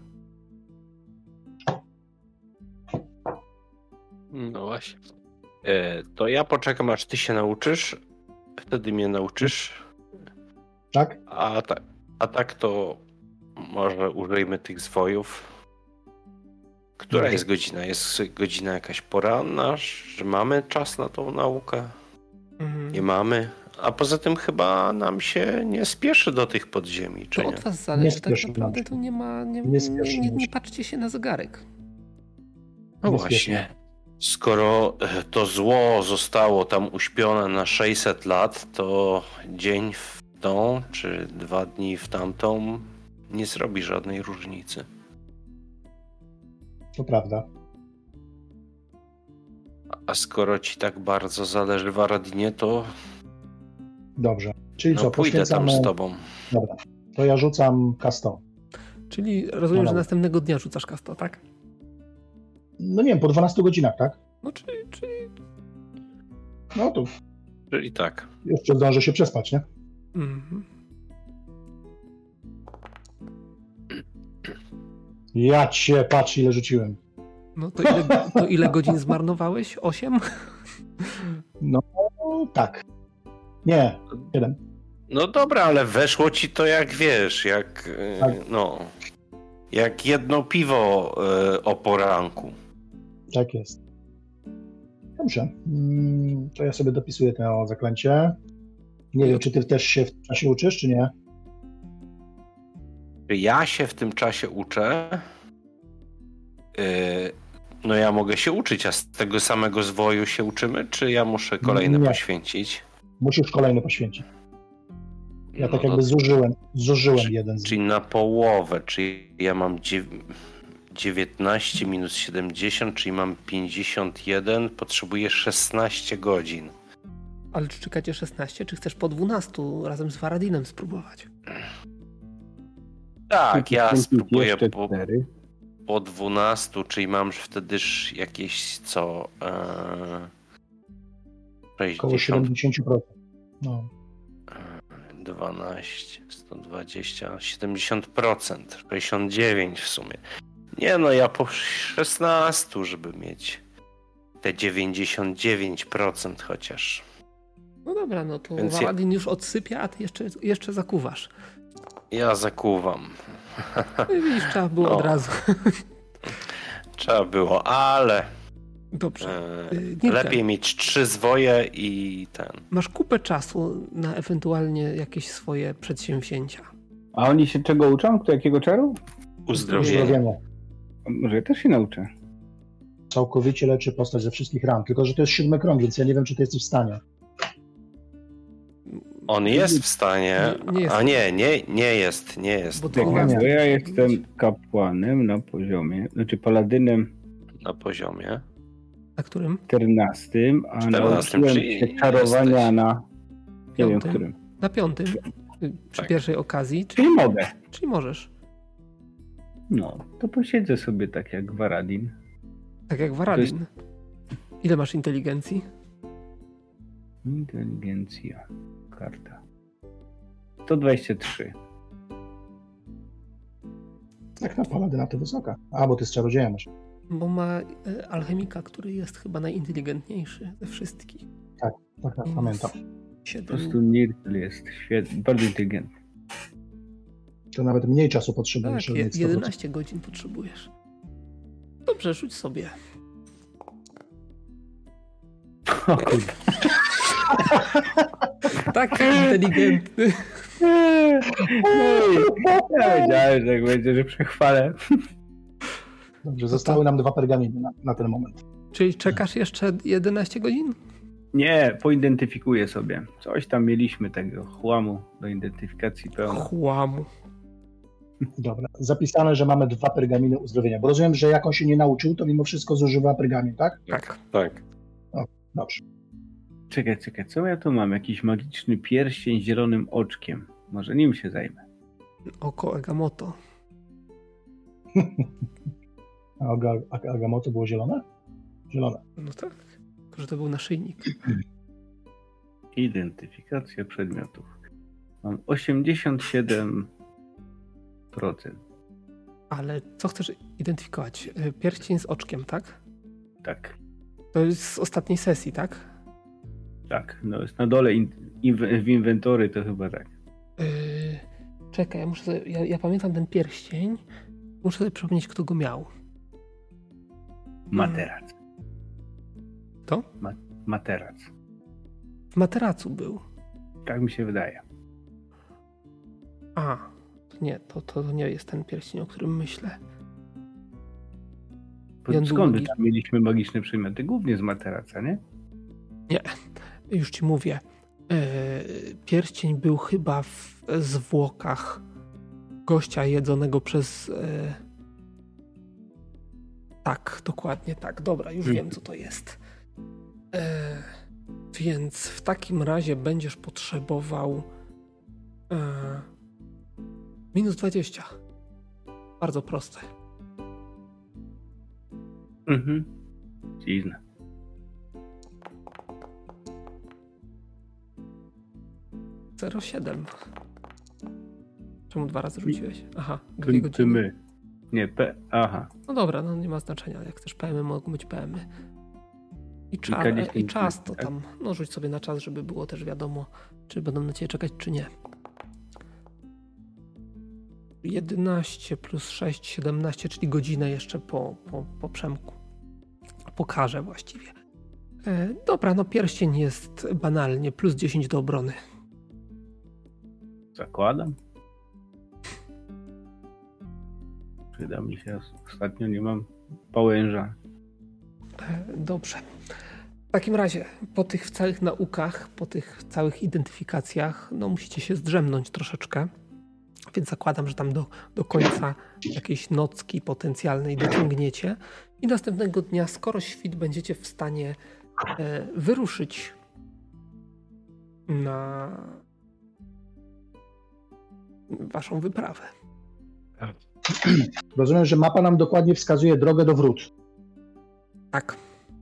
No właśnie. To ja poczekam, aż ty się nauczysz. Wtedy mnie nauczysz. Tak? A tak to może użyjmy tych zwojów. Która jest godzina? Jest godzina jakaś poranna? Że mamy czas na tą naukę? Nie mamy. A poza tym chyba nam się nie spieszy do tych podziemi, czy to nie? od was zależy, tak naprawdę to nie ma... Nie patrzcie się na zegarek. No właśnie. Skoro to zło zostało tam uśpione na 600 lat, to dzień w tą, czy 2 dni w tamtą nie zrobi żadnej różnicy. To prawda. A skoro ci tak bardzo zależy w Aradinie, to... Dobrze. Czyli co, pójdę tam z tobą. Dobra. To ja rzucam K100. Czyli rozumiem, że następnego dnia rzucasz K100, tak? No nie wiem, po 12 godzinach, tak? No czyli... No to... Czyli tak. Jeszcze zdążę się przespać, nie? Mhm. Ja cię, patrz ile rzuciłem. No to ile godzin zmarnowałeś? 8? No tak. Nie, 7. No dobra, ale weszło ci to jak wiesz, Tak. jak jedno piwo o poranku. Tak jest. Dobrze. To ja sobie dopisuję to zaklęcie. Nie wiem, czy ty też się w czasie uczysz, czy nie? Ja się w tym czasie uczę. No ja mogę się uczyć, a z tego samego zwoju się uczymy, czy ja muszę kolejny poświęcić? Musisz kolejny poświęcić. Ja No tak jakby zużyłem jeden z nich. Czyli na połowę, czyli ja mam 19 minus 70, czyli mam 51, potrzebuję 16 godzin. Ale czy czekacie 16, czy chcesz po 12 razem z Varadinem spróbować? Tak, ja spróbuję po 12, czyli mam wtedy jakieś co... 60. Około 70%. No. 12, 120, 70%, 69 w sumie. Nie no, ja po 16, żeby mieć te 99% chociaż. No dobra, no to Varadin już odsypia, a ty jeszcze zakuwasz. Ja zakuwam. No i widzisz, trzeba było od razu. Trzeba było, ale... Dobrze. Lepiej mieć 3 zwoje i ten. Masz kupę czasu na ewentualnie jakieś swoje przedsięwzięcia. A oni się czego uczą? Kto jakiego czaru? Uzdrowienia. Może ja też się nauczę. Całkowicie leczy postać ze wszystkich ran, tylko że to jest 7 krąg, więc ja nie wiem, czy ty jesteś w stanie. On jest w stanie. Nie jest. A nie jest. Bo to Bo ja jestem kapłanem na poziomie, znaczy paladynem Na poziomie. Na którym? 14, a 14, nauczyłem czyli się czarowania jesteś. na... Nie wiem, Piątym. którym. Na 5. Przy Tak. pierwszej okazji. Czyli mogę. Czyli możesz. No, to posiedzę sobie tak jak Varadin. Tak jak Varadin. Ile masz inteligencji? Inteligencja. Karta. 123. Jak na paladyna to wysoka. A, bo ty z czarodziejem masz. Bo ma alchemika, który jest chyba najinteligentniejszy ze wszystkich. Tak, pamiętam. Po 7. prostu Nirkel jest świetny, bardzo inteligentny. To nawet mniej czasu potrzebujesz. Tak, żeby mieć 100%. 11 godzin potrzebujesz. Dobrze, rzuć sobie. O kurde. Tak inteligentny. Ja wiedziałem, że jak będzie, że przechwalę. Dobrze, zostały nam 2 pergaminy na ten moment. Czyli czekasz jeszcze 11 godzin? Nie, poidentyfikuję sobie. Coś tam mieliśmy tego chłamu do identyfikacji pełno. Chłamu. Dobra, zapisane, że mamy 2 pergaminy uzdrowienia, bo rozumiem, że jak on się nie nauczył, to mimo wszystko zużywa pergamin, tak? Tak. Dobrze. Czekaj, co ja tu mam? Jakiś magiczny pierścień z zielonym oczkiem. Może nim się zajmę. Oko Agamotto. A Agamotto było zielone? Zielone. No tak. Tylko, że to był naszyjnik. Identyfikacja przedmiotów. Mam 87%. Ale co chcesz identyfikować? Pierścień z oczkiem, tak? Tak, To jest z ostatniej sesji, tak? tak. No jest na dole w inwentory to chyba tak. Czekaj, ja pamiętam ten pierścień. Muszę sobie przypomnieć, kto go miał. Materac. To? Materac. W materacu był. Tak mi się wydaje. A, to nie jest ten pierścień, o którym myślę. Jan Skąd Długi. tam mieliśmy magiczne przedmioty? Głównie z materaca, nie? Już ci mówię. Pierścień był chyba w zwłokach gościa jedzonego przez... Tak, dokładnie tak. Dobra, już wiem, co to jest. Więc w takim razie będziesz potrzebował minus 20. Bardzo proste. Mhm. Dziwne. Zero 0,7. Czemu 2 razy rzuciłeś? Aha, 2 Ty godziny. my. Nie, aha. No dobra, no nie ma znaczenia. Jak chcesz PM-y, mogą być PM-y. I Kilkadziesiąt czas to tak? tam, no rzuć sobie na czas, żeby było też wiadomo, czy będą na ciebie czekać, czy nie. 11 plus 6, 17, czyli godzinę jeszcze po przemku. Pokażę właściwie. Dobra, no pierścień jest banalnie, plus 10 do obrony. Zakładam. Przyda mi się. Ostatnio nie mam pałęża. Dobrze. W takim razie, po tych całych naukach, po tych całych identyfikacjach, no musicie się zdrzemnąć troszeczkę. Więc zakładam, że tam do końca jakiejś nocki potencjalnej dociągniecie. I następnego dnia, skoro świt, będziecie w stanie wyruszyć na waszą wyprawę. Rozumiem, że mapa nam dokładnie wskazuje drogę do wrót. Tak.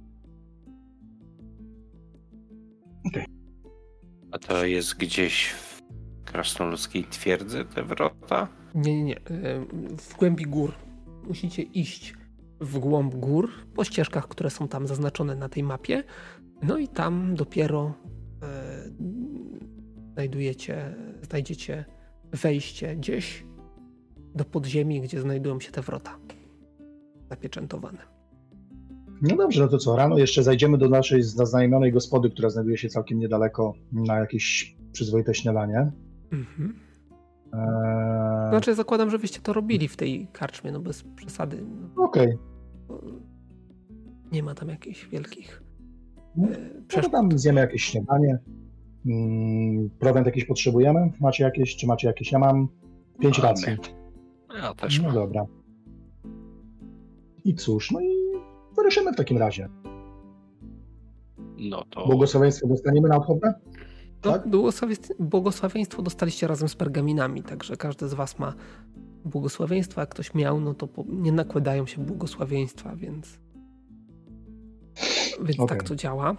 A to jest gdzieś w krasnoludzkiej twierdzy te wrota? Nie. W głębi gór. Musicie iść w głąb gór, po ścieżkach, które są tam zaznaczone na tej mapie. No i tam dopiero znajdziecie wejście gdzieś do podziemi, gdzie znajdują się te wrota zapieczętowane. No dobrze, no to co, rano jeszcze zajdziemy do naszej zaznajomionej gospody, która znajduje się całkiem niedaleko, na jakieś przyzwoite śniadanie. Mhm. Znaczy zakładam, że wyście to robili w tej karczmie, no bez przesady. Okej. Nie ma tam jakichś wielkich No tam zjemy jakieś śniadanie. Prowiant jakiś potrzebujemy? Macie jakieś? Czy macie jakieś? Ja mam 5 racji. Ja też No mam. dobra. I cóż, no i wyruszymy w takim razie. No to... Błogosławieństwo dostaniemy na odchodne? Tak? Błogosławieństwo dostaliście razem z pergaminami, także każdy z was ma błogosławieństwo. Jak ktoś miał, no to nie nakładają się błogosławieństwa, więc Okay. tak to działa.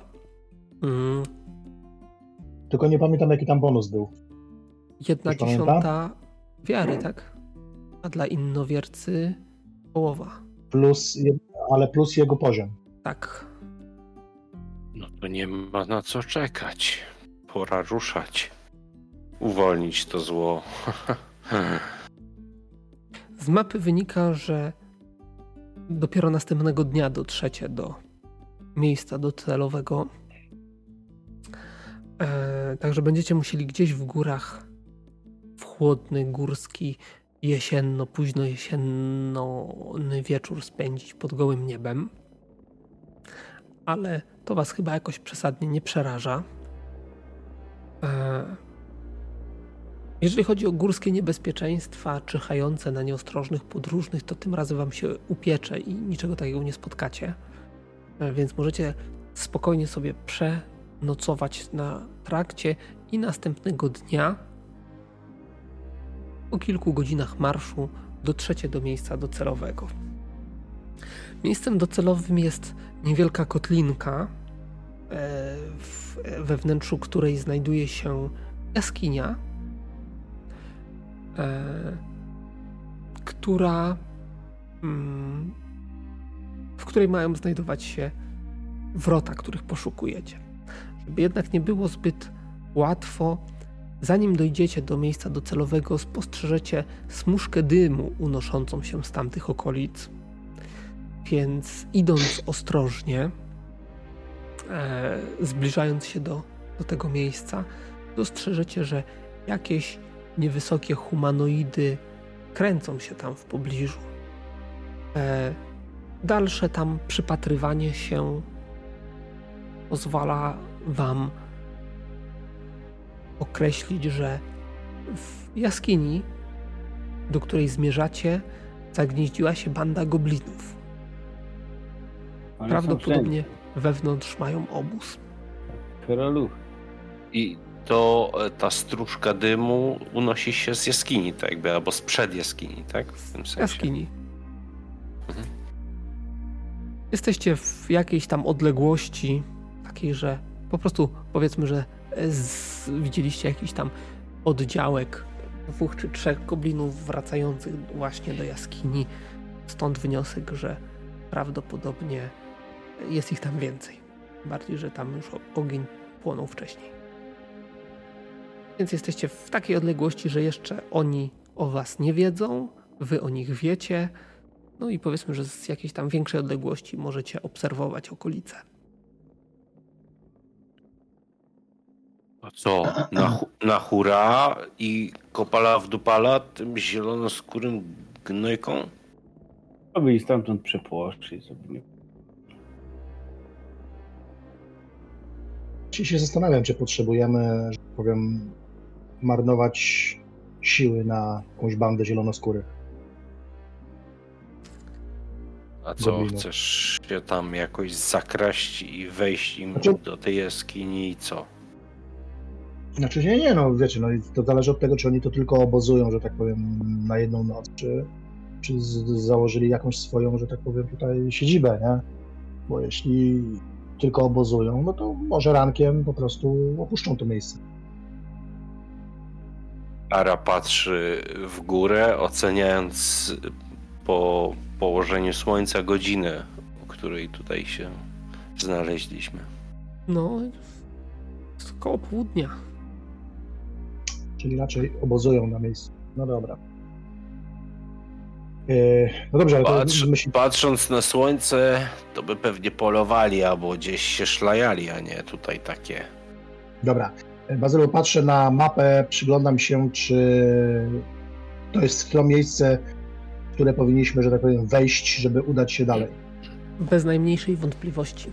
Tylko nie pamiętam, jaki tam bonus był. 1/10 wiary, tak? A dla innowiercy połowa. Ale plus jego poziom. Tak. No to nie ma na co czekać. Pora ruszać. Uwolnić to zło. Z mapy wynika, że dopiero następnego dnia dotrzecie do miejsca docelowego. Także będziecie musieli gdzieś w górach, w chłodny, górski, późno jesienny wieczór spędzić pod gołym niebem. Ale to was chyba jakoś przesadnie nie przeraża. Jeżeli chodzi o górskie niebezpieczeństwa czyhające na nieostrożnych podróżnych, to tym razem wam się upiecze i niczego takiego nie spotkacie. Więc możecie spokojnie sobie przenocować na trakcie i następnego dnia po kilku godzinach marszu dotrzecie do miejsca docelowego. Miejscem docelowym jest niewielka kotlinka, we wnętrzu której znajduje się jaskinia, w której mają znajdować się wrota, których poszukujecie. Żeby jednak nie było zbyt łatwo, zanim dojdziecie do miejsca docelowego, spostrzeżecie smuszkę dymu unoszącą się z tamtych okolic. Więc idąc ostrożnie, zbliżając się do tego miejsca, dostrzeżecie, że jakieś niewysokie humanoidy kręcą się tam w pobliżu. Dalsze tam przypatrywanie się pozwala wam określić, że w jaskini, do której zmierzacie, zagnieździła się banda goblinów. Prawdopodobnie wewnątrz mają obóz. I to ta stróżka dymu unosi się z jaskini, tak jakby, albo sprzed jaskini, tak? W tym sensie. Jaskini. Jesteście w jakiejś tam odległości takiej, że po prostu powiedzmy, że widzieliście jakiś tam oddziałek 2 czy 3 goblinów wracających właśnie do jaskini. Stąd wniosek, że prawdopodobnie jest ich tam więcej. Bardziej, że tam już ogień płonął wcześniej. Więc jesteście w takiej odległości, że jeszcze oni o was nie wiedzą, wy o nich wiecie. No i powiedzmy, że z jakiejś tam większej odległości możecie obserwować okolice. A co? Na hura i kopala w dupala tym zielonoskórym gnojką? Aby i stamtąd przepłoszczyć sobie. Się zastanawiam, czy potrzebujemy, że tak powiem, marnować siły na jakąś bandę zielonoskórych. A co, goblinów. chcesz się tam jakoś zakraść i wejść im do tej jaskini i co? Znaczy nie, no wiecie, no to zależy od tego, czy oni to tylko obozują, że tak powiem, na jedną noc, czy założyli jakąś swoją, że tak powiem, tutaj siedzibę, nie? Bo jeśli tylko obozują, no to może rankiem po prostu opuszczą to miejsce. Ara patrzy w górę, oceniając po położeniu słońca godzinę, o której tutaj się znaleźliśmy. No, jest około południa. Czyli raczej obozują na miejscu. No dobra. No dobrze, ale to Patrząc na słońce, to by pewnie polowali albo gdzieś się szlajali, a nie tutaj takie. Dobra. Bazylu, patrzę na mapę, przyglądam się, czy to jest to miejsce, w które powinniśmy, że tak powiem, wejść, żeby udać się dalej. Bez najmniejszej wątpliwości.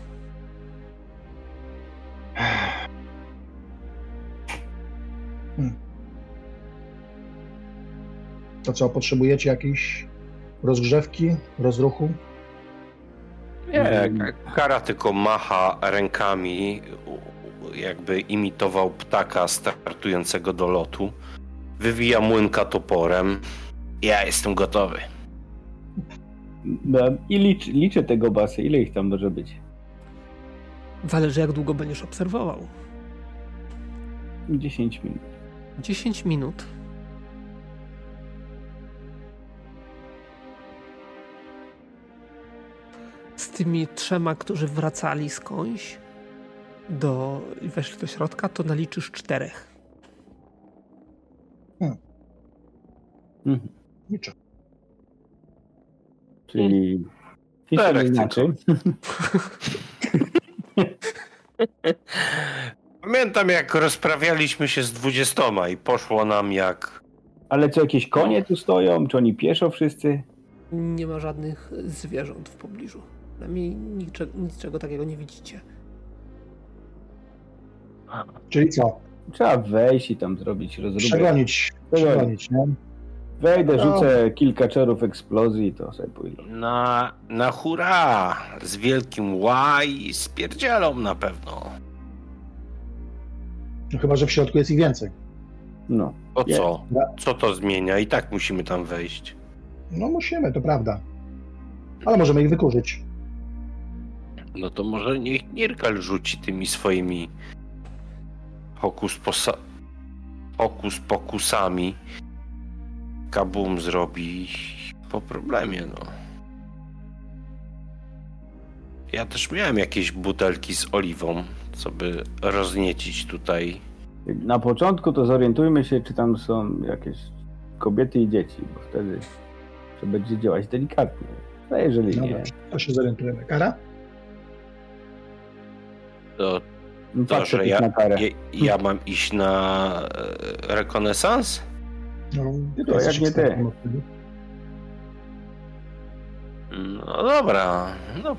To co, potrzebujecie jakiejś rozgrzewki, rozruchu? Nie, Kara tylko macha rękami, jakby imitował ptaka startującego do lotu. Wywija młynka toporem. Ja jestem gotowy. No, i liczę tego basy. Ile ich tam może być? Zależy, jak długo będziesz obserwował. 10 minut. 10 minut. Z tymi 3, którzy wracali skądś i weszli do środka, to naliczysz 4. Niczego. Czyli... Czterech znaczy? Pamiętam, jak rozprawialiśmy się z 20 i poszło nam jak... Ale co, jakieś konie tu stoją? Czy oni pieszo wszyscy? Nie ma żadnych zwierząt w pobliżu. Przynajmniej niczego takiego nie widzicie. Czyli co? Trzeba wejść i tam zrobić rozróbę. Przegonić, nie? Wejdę, rzucę kilka czarów eksplozji i to sobie pójdę. Na hura! Z wielkim łaj i spierdzielą na pewno. No chyba, że w środku jest ich więcej. No. O co? Co to zmienia? I tak musimy tam wejść. No musimy, to prawda. Ale możemy ich wykurzyć. No to może niech Nirkal rzuci tymi swoimi hokus pokusami. Kabum zrobi po problemie, no. Ja też miałem jakieś butelki z oliwą, co by rozniecić tutaj. Na początku to zorientujmy się, czy tam są jakieś kobiety i dzieci, bo wtedy trzeba będzie działać delikatnie. A jeżeli nie... To się zorientujemy. Kara? To Patrzę że ja mam iść na rekonesans? No, to jak nie ty. No dobra.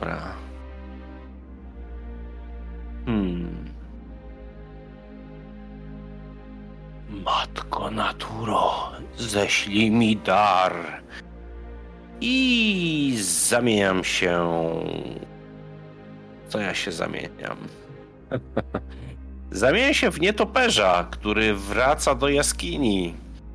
Matko naturo, ześlij mi dar. I zamieniam się... Co ja się zamieniam? Zamieniam się w nietoperza, który wraca do jaskini.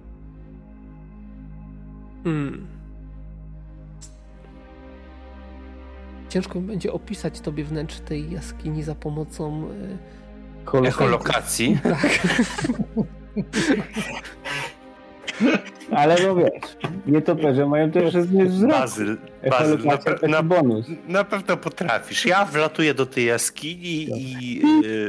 Ciężko mi będzie opisać tobie wnętrze tej jaskini za pomocą echolokacji. Tak. Ale no wiesz, nietoperze mają też wzrok. Bazyl, bonus. Na pewno potrafisz. Ja wlatuję do tej jaskini i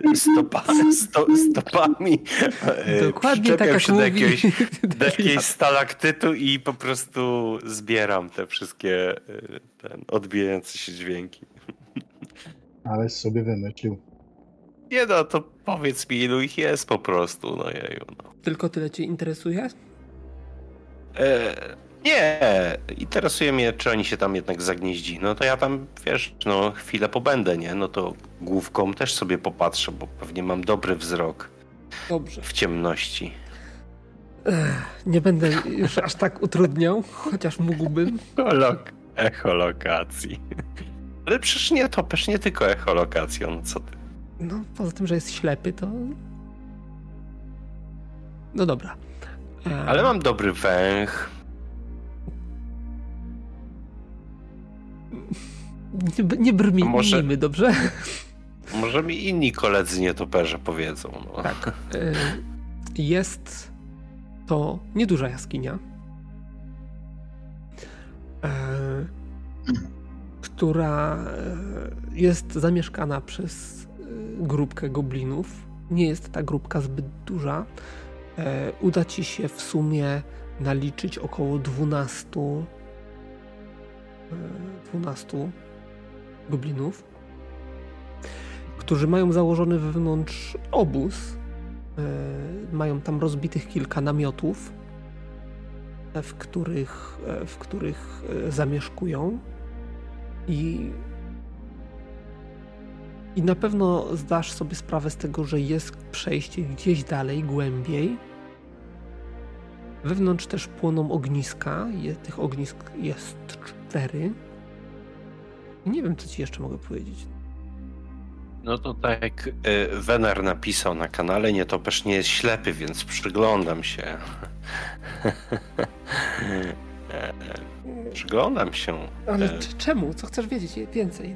stopami przyczepiam się do jakiegoś stalaktytu i po prostu zbieram te wszystkie odbijające się dźwięki. Ale sobie wymyślił. Nie no, to powiedz mi, ilu ich jest po prostu, no jeju. No. Tylko tyle cię interesuje? Nie, interesuje mnie, czy oni się tam jednak zagnieździli. No to ja tam, wiesz, no chwilę pobędę, nie? No to główką też sobie popatrzę, bo pewnie mam dobry wzrok. Dobrze. W ciemności. Nie będę już aż tak utrudniał, chociaż mógłbym. Echolokacji. Ale przecież nie tylko echolokacją, no co ty? No, poza tym, że jest ślepy, to... No dobra. Ale mam dobry węch. Nie brnijmy, dobrze? Może mi inni koledzy nietoperze powiedzą. No. Tak. Jest to nieduża jaskinia, która jest zamieszkana przez grupkę goblinów. Nie jest ta grupka zbyt duża. Uda ci się w sumie naliczyć około 12 goblinów, którzy mają założony wewnątrz obóz Mają tam rozbitych kilka namiotów, w których zamieszkują i na pewno zdasz sobie sprawę z tego, że jest przejście gdzieś dalej, głębiej. Wewnątrz też płoną ogniska. Tych ognisk jest 4. I nie wiem, co ci jeszcze mogę powiedzieć. No to tak jak Wener napisał na kanale, nietoperz nie jest ślepy, więc przyglądam się. Przyglądam się. Ale czemu? Co chcesz wiedzieć więcej?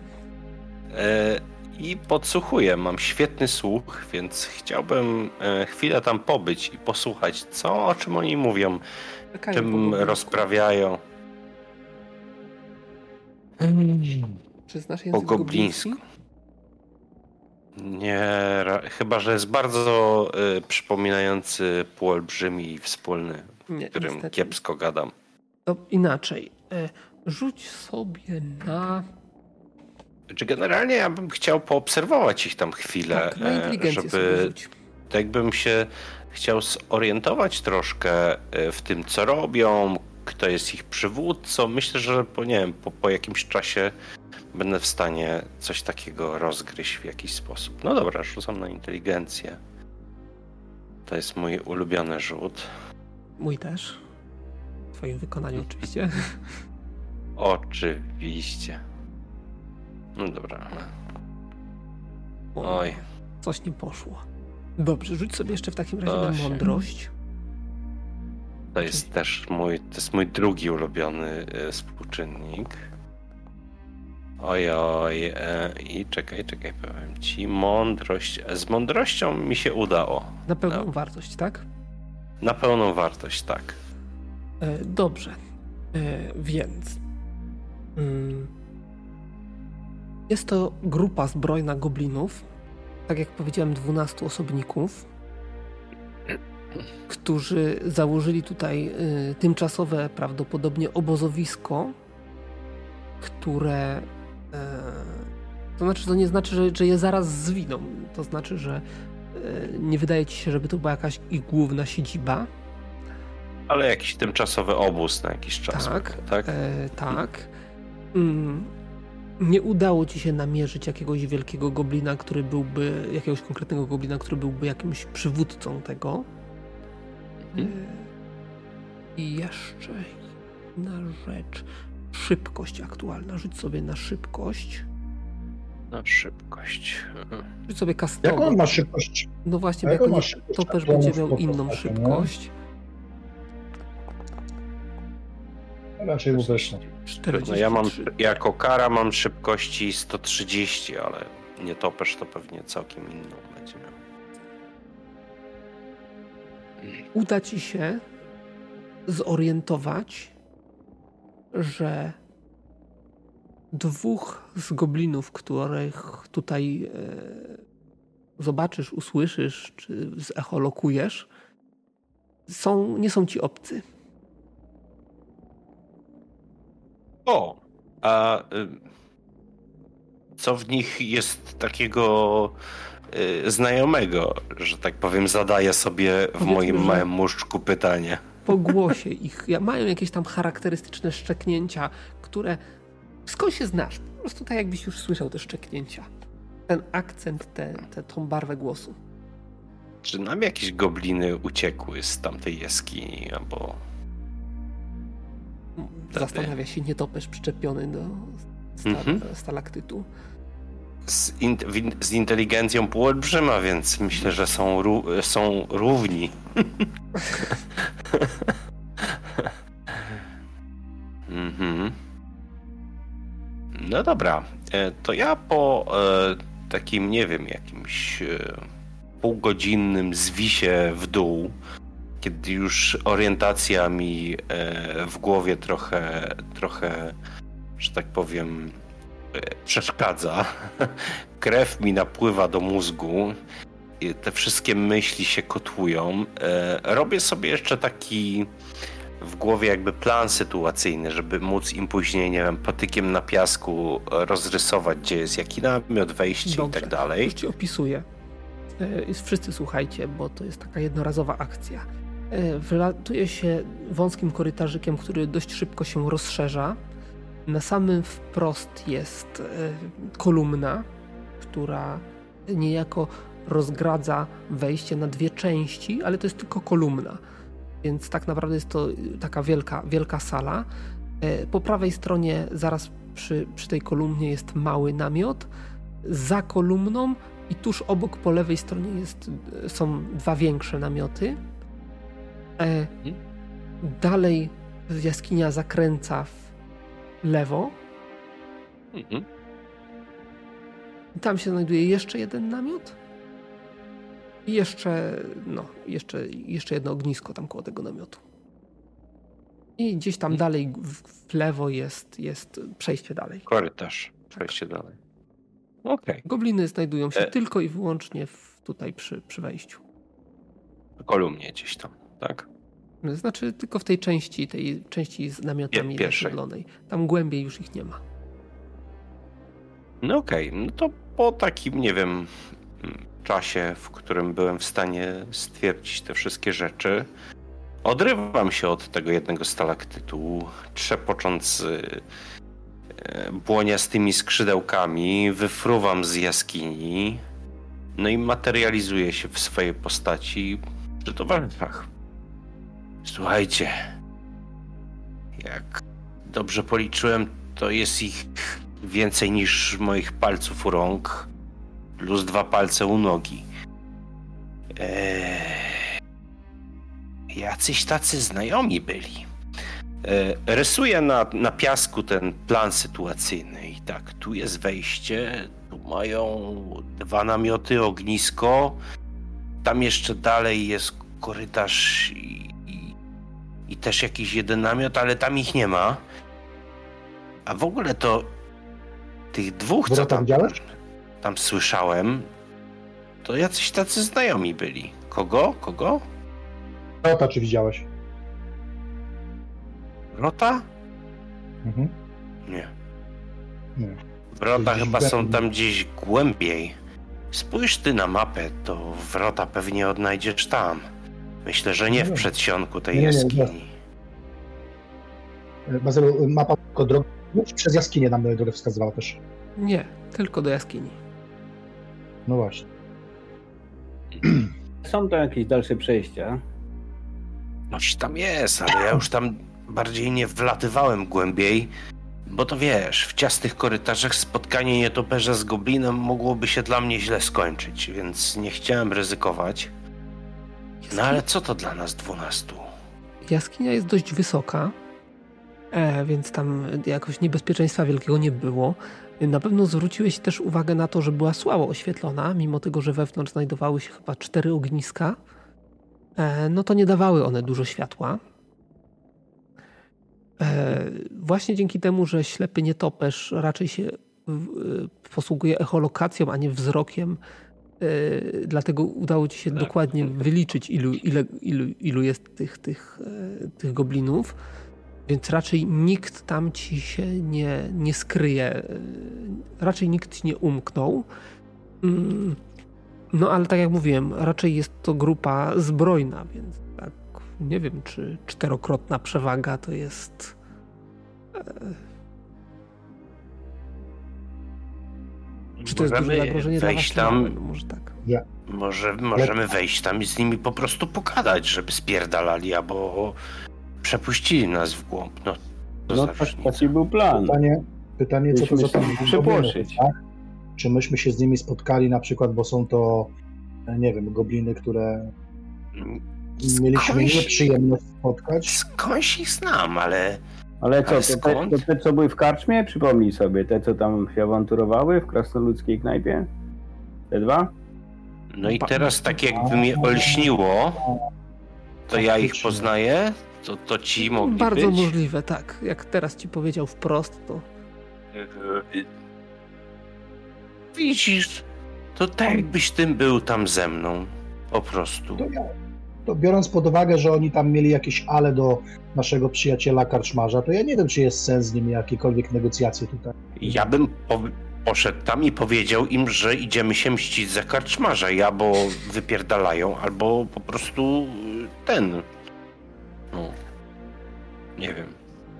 I podsłuchuję. Mam świetny słuch, więc chciałbym chwilę tam pobyć i posłuchać, o czym oni mówią, czym rozprawiają. Czy znasz język gobliński? Nie, chyba że jest bardzo przypominający półolbrzymi i wspólny, którym niestety kiepsko gadam. To inaczej. Rzuć sobie na... Czy generalnie ja bym chciał poobserwować ich tam chwilę, tak, na inteligencję sobie rzuć. Tak bym się chciał zorientować troszkę w tym, co robią, kto jest ich przywódcą. Myślę, że po jakimś czasie będę w stanie coś takiego rozgryźć w jakiś sposób. No dobra, rzucam na inteligencję. To jest mój ulubiony rzut. Mój też. W twoim wykonaniu oczywiście. Oczywiście. No dobra. Oj. Coś nie poszło. Dobrze, rzuć sobie jeszcze w takim razie na mądrość. To jest też mój drugi ulubiony współczynnik. Oj, i czekaj, powiem ci, mądrość. Z mądrością mi się udało. Na pełną wartość, tak? Na pełną wartość, tak. Dobrze, więc jest to grupa zbrojna goblinów, tak jak powiedziałem, 12 osobników, którzy założyli tutaj tymczasowe prawdopodobnie obozowisko, które to nie znaczy, że je zaraz zwiną. To znaczy, że nie wydaje ci się, żeby to była jakaś ich główna siedziba. Ale jakiś tymczasowy obóz na jakiś czas. Tak, tak. Tak. Nie udało ci się namierzyć jakiegoś wielkiego goblina, jakiegoś konkretnego goblina, który byłby jakimś przywódcą tego. I jeszcze jedna rzecz. Szybkość aktualna. Rzuć sobie na szybkość. Na szybkość. Rzuć sobie kastowo. Jaką on ma szybkość? No właśnie, jako toperz będzie miał inną szybkość. Raczej mu weszło. No ja jako kara mam szybkości 130, ale nietoperz to pewnie całkiem inną będzie miał. Uda ci się zorientować, że 2 z goblinów, których tutaj zobaczysz, usłyszysz, czy zecholokujesz, nie są ci obcy. A co w nich jest takiego znajomego, że tak powiem, zadaję sobie w moim małym muszczku pytanie. Po głosie ich mają jakieś tam charakterystyczne szczeknięcia, które skąd się znasz? Po prostu tak jakbyś już słyszał te szczeknięcia. Ten akcent, tą barwę głosu. Czy nam jakieś gobliny uciekły z tamtej jaskini, albo... Zastanawia się nietoperz przyczepiony do stalaktytu. Z inteligencją półolbrzyma, więc myślę, że są równi. No dobra, to ja po takim, nie wiem, jakimś półgodzinnym zwisie w dół, kiedy już orientacja mi w głowie trochę, że tak powiem, przeszkadza. Krew mi napływa do mózgu. Te wszystkie myśli się kotłują. Robię sobie jeszcze taki w głowie jakby plan sytuacyjny, żeby móc im później, nie wiem, patykiem na piasku rozrysować, gdzie jest jaki namiot, wejście. Dobrze, i tak dalej. Już ci opisuję. Wszyscy słuchajcie, bo to jest taka jednorazowa akcja. Wylatuje się wąskim korytarzykiem, który dość szybko się rozszerza. Na samym wprost jest kolumna, która niejako rozgradza wejście na 2 części, ale to jest tylko kolumna. Więc tak naprawdę jest to taka wielka sala. Po prawej stronie, zaraz przy tej kolumnie, jest mały namiot. Za kolumną i tuż obok po lewej stronie są 2 większe namioty. Dalej jaskinia zakręca w lewo. Tam się znajduje jeszcze jeden namiot. I jeszcze jedno ognisko tam koło tego namiotu. I gdzieś tam dalej w lewo jest przejście dalej. Korytarz. Przejście dalej. Okej. Gobliny znajdują się tylko i wyłącznie tutaj przy wejściu. W kolumnie gdzieś tam, tak? Znaczy tylko w tej części z namiotami zasiedlonej. Tam głębiej już ich nie ma. No okej. No to po takim, nie wiem, czasie, w którym byłem w stanie stwierdzić te wszystkie rzeczy, odrywam się od tego jednego stalaktytu, trzepocząc błoniastymi skrzydełkami, wyfruwam z jaskini, no i materializuję się w swojej postaci przy towarzyszach. Słuchajcie, jak dobrze policzyłem, to jest ich więcej niż moich palców u rąk, plus 2 palce u nogi. Jacyś tacy znajomi byli. Rysuję na piasku ten plan sytuacyjny i tak, tu jest wejście, tu mają 2 namioty, ognisko, tam jeszcze dalej jest korytarz i też jakiś jeden namiot, ale tam ich nie ma. A w ogóle to tych 2, co tam słyszałem, to jacyś tacy znajomi byli. Kogo? Rota, czy widziałeś? Rota? Mhm. Nie. Wrota chyba są tam gdzieś głębiej. Spójrz ty na mapę, to wrota pewnie odnajdziesz tam. Myślę, że nie w przedsionku tej jaskini. Bazylu, mapa tylko drogę, przez jaskinię nam drogę wskazywała też. Nie, tylko do jaskini. No właśnie. Są tam jakieś dalsze przejścia? Noś tam jest, ale ja już tam bardziej nie wlatywałem głębiej, bo to wiesz, w ciasnych korytarzach spotkanie nietoperza z goblinem mogłoby się dla mnie źle skończyć, więc nie chciałem ryzykować. No ale co to dla nas 12? Jaskinia jest dość wysoka, więc tam jakoś niebezpieczeństwa wielkiego nie było. Na pewno zwróciłeś też uwagę na to, że była słabo oświetlona, mimo tego, że wewnątrz znajdowały się chyba 4 ogniska. No to nie dawały one dużo światła. Właśnie dzięki temu, że ślepy nietoperz raczej się posługuje echolokacją, a nie wzrokiem, dlatego udało ci się dokładnie wyliczyć, ilu jest tych goblinów, więc raczej nikt tam ci się nie skryje, raczej nikt ci nie umknął. No ale tak jak mówiłem, raczej jest to grupa zbrojna, więc tak nie wiem, czy 4-krotna przewaga to jest... Czy to jest duże zagrożenie dla was? Tam, no może tak. Możemy wejść tam i z nimi po prostu pogadać, żeby spierdalali, albo przepuścili nas w głąb. No taki był plan. Pytanie co to za tam przepłoszyć. Tak? Czy myśmy się z nimi spotkali na przykład, bo są to, nie wiem, gobliny, które mieliśmy nieprzyjemność spotkać? Skądś ich znam, ale... Ale co, to te, co były w karczmie? Przypomnij sobie, te, co tam się awanturowały w krasnoludzkiej knajpie? Te 2? No i teraz tak jakby mnie olśniło, to ja ich poznaję? To ci mogli Bardzo być? możliwe, tak. Jak teraz ci powiedział wprost, to... Widzisz, to tak jakbyś tym był tam ze mną. Po prostu. To biorąc pod uwagę, że oni tam mieli jakieś ale do naszego przyjaciela karczmarza, to ja nie wiem, czy jest sens z nimi jakiekolwiek negocjacje tutaj. Ja bym poszedł tam i powiedział im, że idziemy się mścić za karczmarza. Albo wypierdalają, albo po prostu no, nie wiem.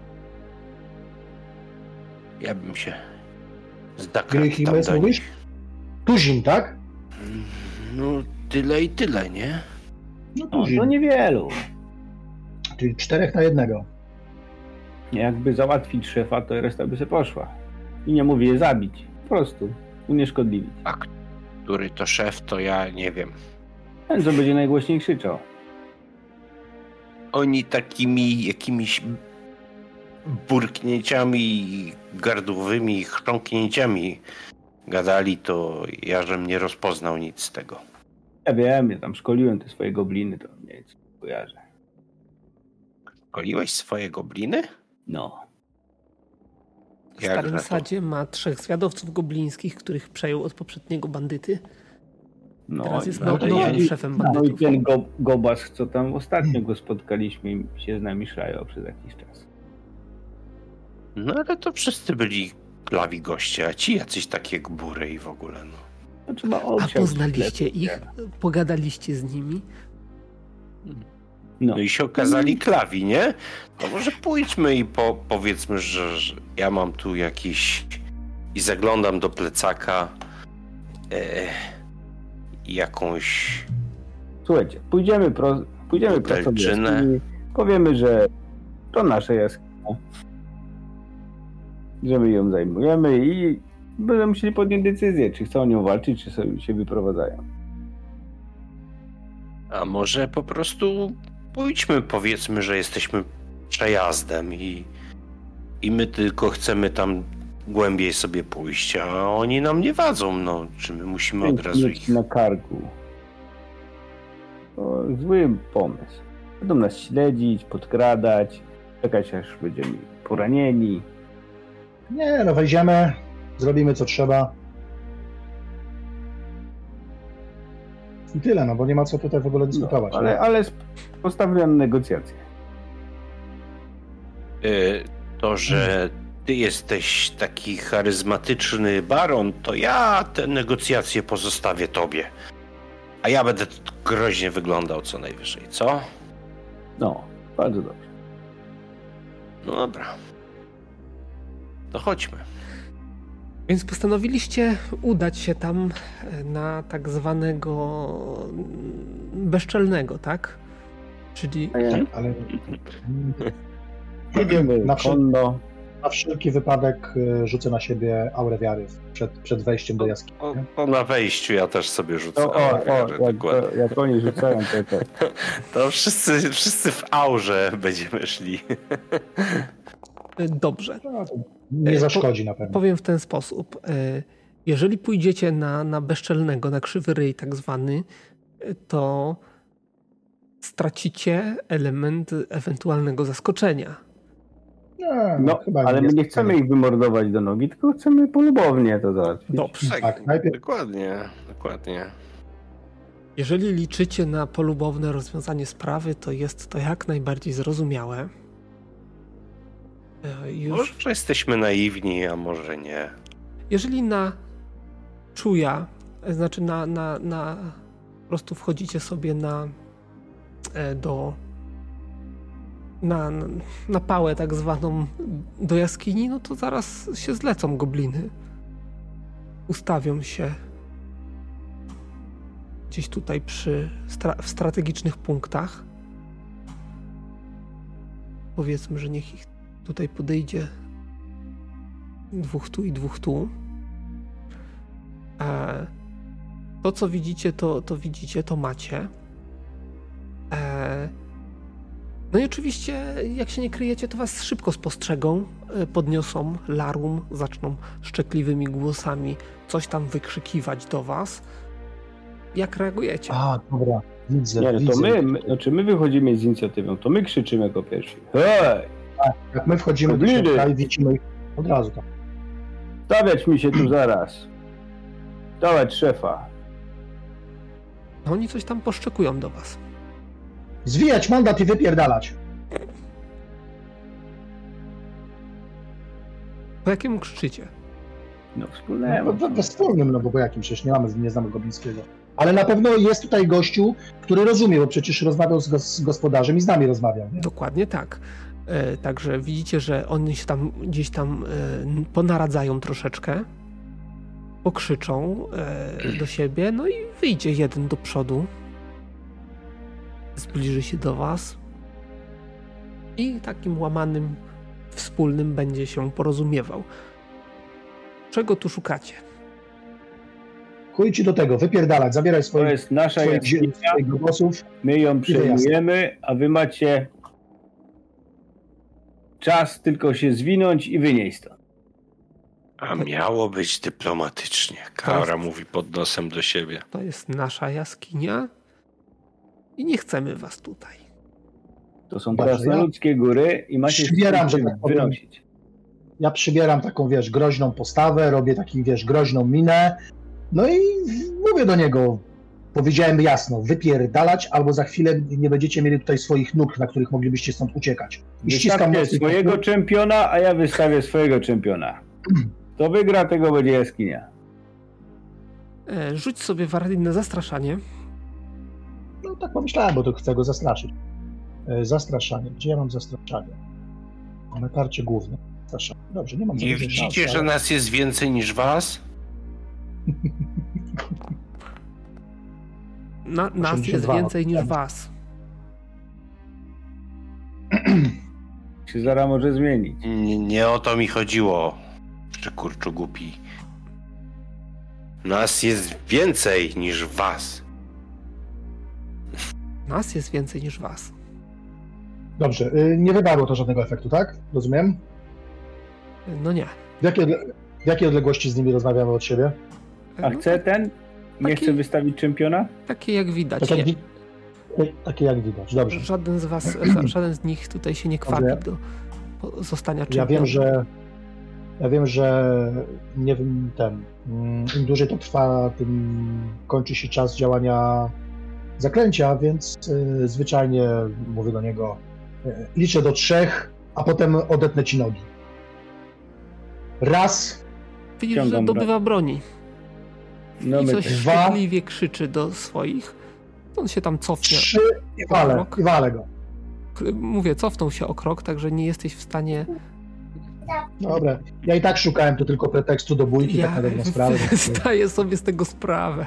Ja bym się Ile tam jest, do mówisz? nich. Tuzin, tak? No tyle i tyle, nie? No No, tuzin. to niewielu. Czyli 4 na 1. Jakby załatwić szefa, to reszta by się poszła. I nie mówię je zabić. Po prostu unieszkodliwić. A który to szef, to ja nie wiem. Ten, co będzie najgłośniej krzyczał. Oni takimi jakimiś burknięciami gardłowymi, chrząknięciami gadali, to ja żem nie rozpoznał nic z tego. Ja wiem, ja tam szkoliłem te swoje gobliny, to nie kojarzę. Szkoliłeś swoje gobliny? No. W Jak Starym na to? Sadzie ma 3 zwiadowców goblińskich, których przejął od poprzedniego bandyty. No, Teraz jest no, nowym szefem no i bandytów. ten Gobas, co tam ostatnio go spotkaliśmy i się z nami szlają przez jakiś czas. No ale to wszyscy byli klawi goście, a ci jacyś takie gbury i w ogóle, no. To trzeba A odsiać poznaliście sklepy. ich? Pogadaliście z nimi? No. No i się okazali klawi, nie? No może pójdźmy i powiedzmy, że ja mam tu jakiś... I zaglądam do plecaka jakąś... Słuchajcie, pójdziemy prosto do Butelczynę. jaskini, powiemy, że to nasza jaskinia, że my ją zajmujemy i będą musieli podjąć decyzję, czy chcą nią walczyć, czy sobie się wyprowadzają. A może po prostu pójdźmy, powiedzmy, że jesteśmy przejazdem i my tylko chcemy tam głębiej sobie pójść, a oni nam nie wadzą, no. Czy my musimy od razu Mieć ich... na karku. To zły pomysł. Będą nas śledzić, podkradać, czekać aż będziemy poranieni. Nie, no wejdziemy, zrobimy co trzeba. I tyle, no bo nie ma co tutaj w ogóle dyskutować. No, ale postawmy na negocjacje. To, że ty jesteś taki charyzmatyczny baron, to ja te negocjacje pozostawię tobie. A ja będę groźnie wyglądał co najwyżej, co? No, bardzo dobrze. No dobra. To chodźmy. Więc postanowiliście udać się tam na tak zwanego bezczelnego, tak? Czyli Ale Jedziemy konno. na wszelki wypadek rzucę na siebie aurę wiary przed wejściem do jaskini. To na wejściu ja też sobie rzucę. Jak oni rzucają, to To wszyscy w aurze będziemy szli. dobrze. No, to nie zaszkodzi na pewno. Powiem w ten sposób. Jeżeli pójdziecie na bezczelnego, na krzywy ryj tak zwany, to stracicie element ewentualnego zaskoczenia. No, chyba ale my jest nie chcemy ich wymordować do nogi, tylko chcemy polubownie to załatwić. Dobrze. Tak, najpierw- Dokładnie. Jeżeli liczycie na polubowne rozwiązanie sprawy, to jest to jak najbardziej zrozumiałe. Już Może jesteśmy naiwni, a może nie. jeżeli na czuja, znaczy na po prostu wchodzicie sobie na pałę tak zwaną do jaskini, no to zaraz się zlecą gobliny. Ustawią się gdzieś tutaj w strategicznych punktach. Powiedzmy, że niech ich tutaj podejdzie 2 tu i 2 tu. To, co widzicie, to widzicie, to macie. No i oczywiście, jak się nie kryjecie, to was szybko spostrzegą, podniosą larum, zaczną szczekliwymi głosami coś tam wykrzykiwać do was. Jak reagujecie? A, dobra, widzę. Nie, no widzę. to my wychodzimy z inicjatywą, to my krzyczymy jako pierwsi. Hej! Jak my wchodzimy do Gobliny! środka i widzimy ich od razu tam. Stawiać mi się tu zaraz. Dawać szefa. No, oni coś tam poszczekują do was. Zwijać mandat i wypierdalać. Po jakim krzyczycie? No wspólnemu. We wspólnym, no bo po jakim przecież nie znamy Goblińskiego. Ale na pewno jest tutaj gościu, który rozumie, bo przecież rozmawiał z gospodarzem i z nami rozmawiał. Nie? Dokładnie tak. Także widzicie, że oni się tam gdzieś tam ponaradzają troszeczkę, pokrzyczą do siebie, no i wyjdzie jeden do przodu, zbliży się do was i takim łamanym, wspólnym będzie się porozumiewał. Czego tu szukacie? Chuj ci do tego, wypierdalać, zabieraj To jest nasza jaskinia, swoich głosów. my ją przejmujemy, a wy macie czas tylko się zwinąć i wynieść stąd. A miało być dyplomatycznie. Kara mówi pod nosem do siebie. To jest nasza jaskinia i nie chcemy was tutaj. To są krasnoludzkie góry i macie przybieram, się że tak powiem. wynosić. Ja przybieram taką, groźną postawę, robię taki, groźną minę, no i mówię do niego, powiedziałem jasno, wypierdalać, albo za chwilę nie będziecie mieli tutaj swoich nóg, na których moglibyście stąd uciekać. I ściskam Wystawcie swojego czempiona, a ja wystawię swojego czempiona. Kto wygra, tego będzie jaskinia. Rzuć sobie Waradin na zastraszanie. No tak pomyślałem, bo to chcę go zastraszyć. Zastraszanie. Gdzie ja mam zastraszanie? Na karcie głównej. Zastraszanie. Dobrze, nie mam. Nie widzicie, że nas jest więcej niż was? Nas jest więcej niż was. Się zaraz może zmienić. Nie o to mi chodziło, że kurczu głupi. Nas jest więcej niż was. Nas jest więcej niż was. Dobrze, nie wywarło to żadnego efektu, tak? Rozumiem? No nie. W jakiej odległości z nimi rozmawiamy od siebie? A chce ten? Nie chce wystawić czempiona? Takie jak widać. Takie jak widać, dobrze. Żaden z was, żaden z nich tutaj się nie kwapi do zostania czempionem. Ja wiem, że nie wiem, im dłużej to trwa, tym kończy się czas działania zaklęcia, więc zwyczajnie mówię do niego, liczę do 3, a potem odetnę ci nogi. Raz. Widzisz, że dobywa broni. No I coś szczęśliwie krzyczy do swoich. On się tam cofnie. 3 i walę go. Mówię, cofnął się o krok, także nie jesteś w stanie... Dobra, ja i tak szukałem tu tylko pretekstu do bójki, tak na dobrą sprawę. Zdaję sobie z tego sprawę.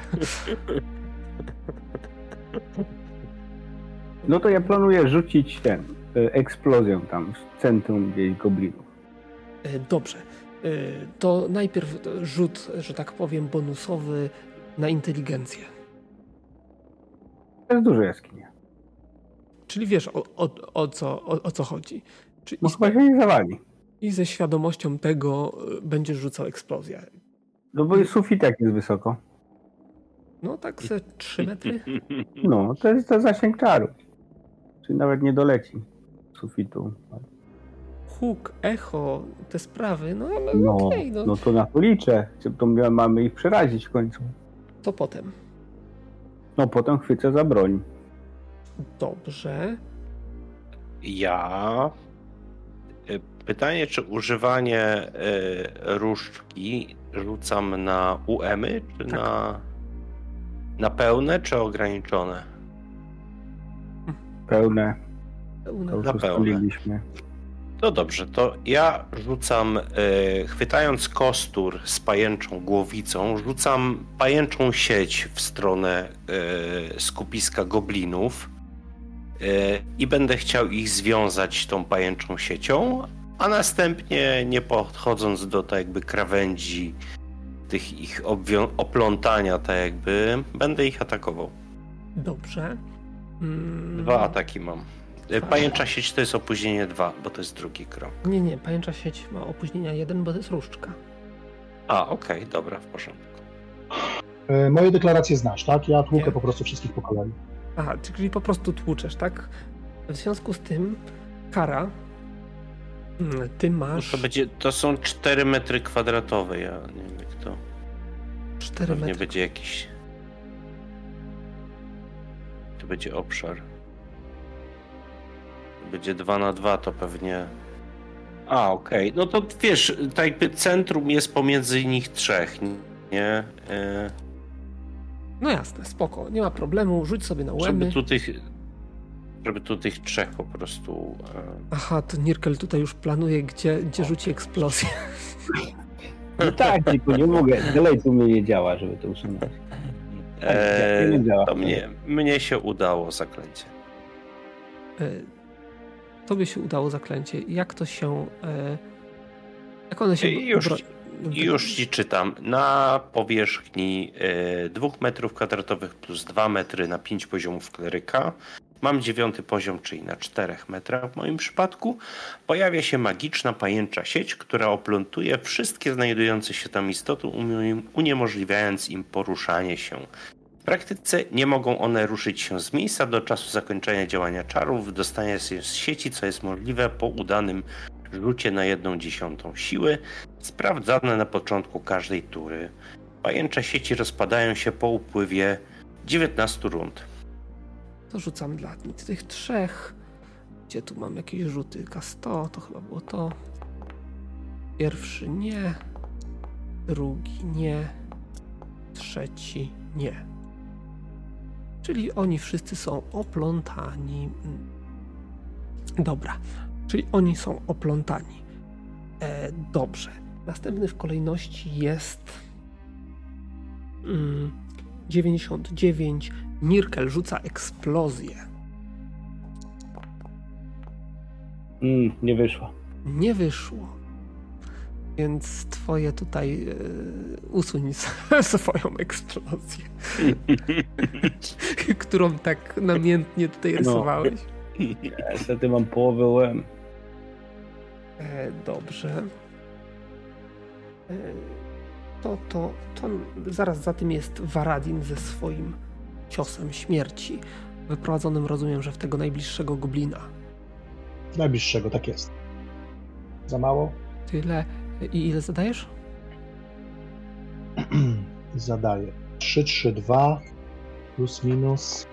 No to ja planuję rzucić eksplozją tam w centrum gdzieś goblinów. Dobrze. To najpierw rzut, że tak powiem, bonusowy na inteligencję. To jest duża jaskinia. Czyli wiesz o co chodzi. No chyba się nie zawali. I ze świadomością tego będziesz rzucał eksplozję. No bo sufit jak jest wysoko. No tak ze 3 metry. No, to jest to zasięg czaru. Czyli nawet nie doleci sufitu. Huk, echo, te sprawy, no ale No, okej. no to na to liczę. To mamy ich przerazić w końcu. Co potem? No potem chwycę za broń. Dobrze. Pytanie, czy używanie różdżki rzucam na UM-y, czy tak. na pełne, czy ograniczone? Pełne. Na pełne. No dobrze, to ja rzucam, chwytając kostur z pajęczą głowicą, rzucam pajęczą sieć w stronę skupiska goblinów i będę chciał ich związać tą pajęczą siecią, a następnie, nie podchodząc do tak jakby krawędzi tych ich oplątania, tak jakby, będę ich atakował. Dobrze. 2 ataki mam. Pajęcza sieć to jest opóźnienie 2, bo to jest drugi krok. Nie, pajęcza sieć ma opóźnienia 1, bo to jest różdżka. A, okej, dobra, w porządku. Moje deklaracje znasz, tak? Ja tłukę po prostu wszystkich po kolei. Aha, czyli po prostu tłuczesz, tak? W związku z tym, Kara, ty masz... To są 4 metry kwadratowe, ja nie wiem jak to... 4 Pewnie metry. będzie jakiś... To będzie obszar. Będzie 2 na 2, to pewnie... Okej. No to wiesz, tak jakby centrum jest pomiędzy nich trzech, nie? No jasne, spoko, nie ma problemu, rzuć sobie na łemy. Żeby tu tych trzech po prostu... Aha, to Nirkel tutaj już planuje, gdzie rzuci eksplozję. No tak, tylko nie mogę. Delay tu mnie nie działa, żeby to usunąć. Nie działa. To mnie się udało zaklęcie. Tobie się udało zaklęcie. Jak to się... Jak one się... Już ci czytam. Na powierzchni 2 metrów kwadratowych plus 2 metry na 5 poziomów kleryka. Mam 9 poziom, czyli na 4 metrach w moim przypadku. Pojawia się magiczna pajęcza sieć, która oplątuje wszystkie znajdujące się tam istoty, uniemożliwiając im poruszanie się. W praktyce nie mogą one ruszyć się z miejsca do czasu zakończenia działania czarów, dostania się z sieci, co jest możliwe po udanym rzucie na 1/10 siły, sprawdzane na początku każdej tury. Pajęcze sieci rozpadają się po upływie 19 rund. To rzucam dla tych trzech. Gdzie tu mam jakieś rzuty? K100, to chyba było to. Pierwszy nie. Drugi nie. Trzeci nie. Czyli oni wszyscy są oplątani. Dobra. Czyli oni są oplątani. Dobrze. Następny w kolejności jest 99. Nirkel rzuca eksplozję. Nie wyszło. Nie wyszło. Więc twoje tutaj usuń swoją eksplozję. Którą tak namiętnie tutaj rysowałeś. Niestety mam połowę łem. Dobrze. To zaraz za tym jest Varadin ze swoim ciosem śmierci. Wyprowadzonym, rozumiem, że w tego najbliższego goblina. Najbliższego, tak jest. Za mało? Tyle. I ile zadajesz? Zadaję 3, 3, 2 plus minus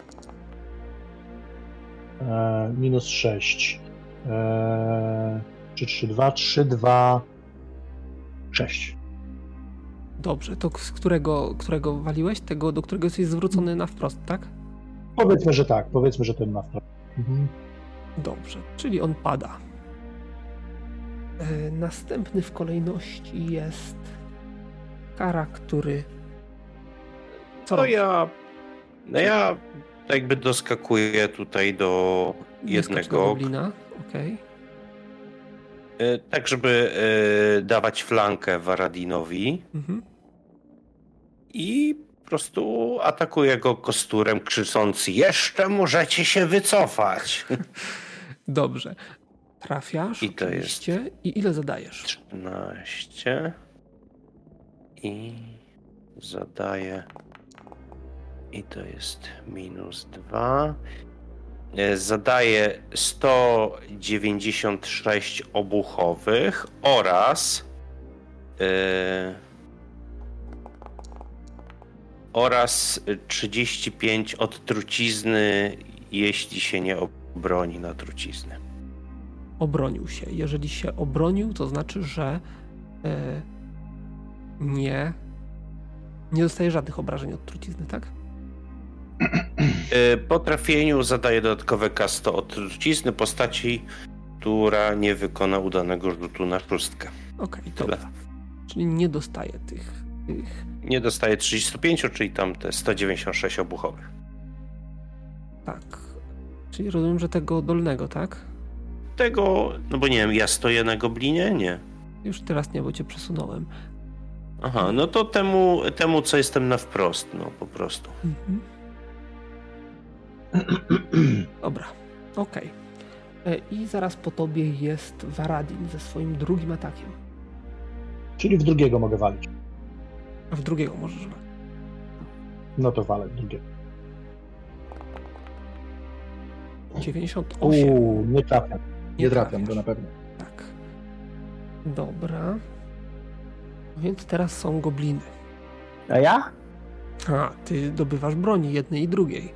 minus 6. 3, 3, 2, 3, 2, 6. Dobrze, to z którego waliłeś? Tego, do którego jesteś zwrócony na wprost, tak? Powiedzmy, że tak. Powiedzmy, że ten na wprost. Mhm. Dobrze, czyli on pada. Następny w kolejności jest Kara, który... Co robisz? Ja jakby doskakuję tutaj do jednego goblina, okej. Tak, żeby dawać flankę Varadinowi. Mhm. I po prostu atakuję go kosturem, krzycząc: jeszcze możecie się wycofać. Dobrze. Trafiasz I to oczywiście. jest... I ile zadajesz? 13. I zadaję... I to jest minus 2. Zadaję 196 obuchowych oraz 35 od trucizny, jeśli się nie obroni na trucizny. Obronił się. Jeżeli się obronił, to znaczy, że nie dostaje żadnych obrażeń od trucizny, tak? Po trafieniu zadaję dodatkowe K100 od trucizny postaci, która nie wykona udanego rzutu na szóstkę. Okej, dobra. Czyli nie dostaje tych... Nie dostaje 35, czyli tam te 196 obuchowych. Tak. Czyli rozumiem, że tego dolnego, tak? Tego, no bo nie wiem, ja stoję na goblinie? Nie. Już teraz nie, bo cię przesunąłem. Aha, no to temu co jestem na wprost, no po prostu. Mhm. Dobra, okej. I zaraz po tobie jest Varadin ze swoim drugim atakiem. Czyli w drugiego mogę walić. A w drugiego możesz walić. No to walę w drugiego. 98. Nie trafiam. Nie trafiam, to na pewno. Tak. Dobra. Więc teraz są gobliny. A ja? A, ty dobywasz broni jednej i drugiej.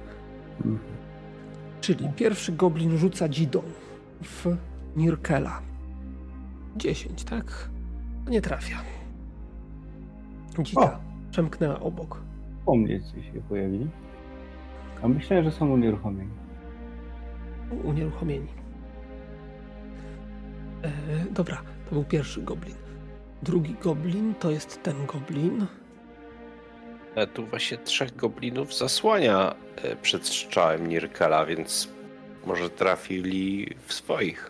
Czyli pierwszy goblin rzuca dzidą w Nirkela. 10, tak? To nie trafia. Dzika przemknęła obok. Po mnie coś się pojawili. A myślałem, że są unieruchomieni. Unieruchomieni. Dobra, to był pierwszy goblin. Drugi goblin to jest ten goblin. Tu właśnie 3 goblinów zasłania przed strzałem Nirkela, więc może trafili w swoich.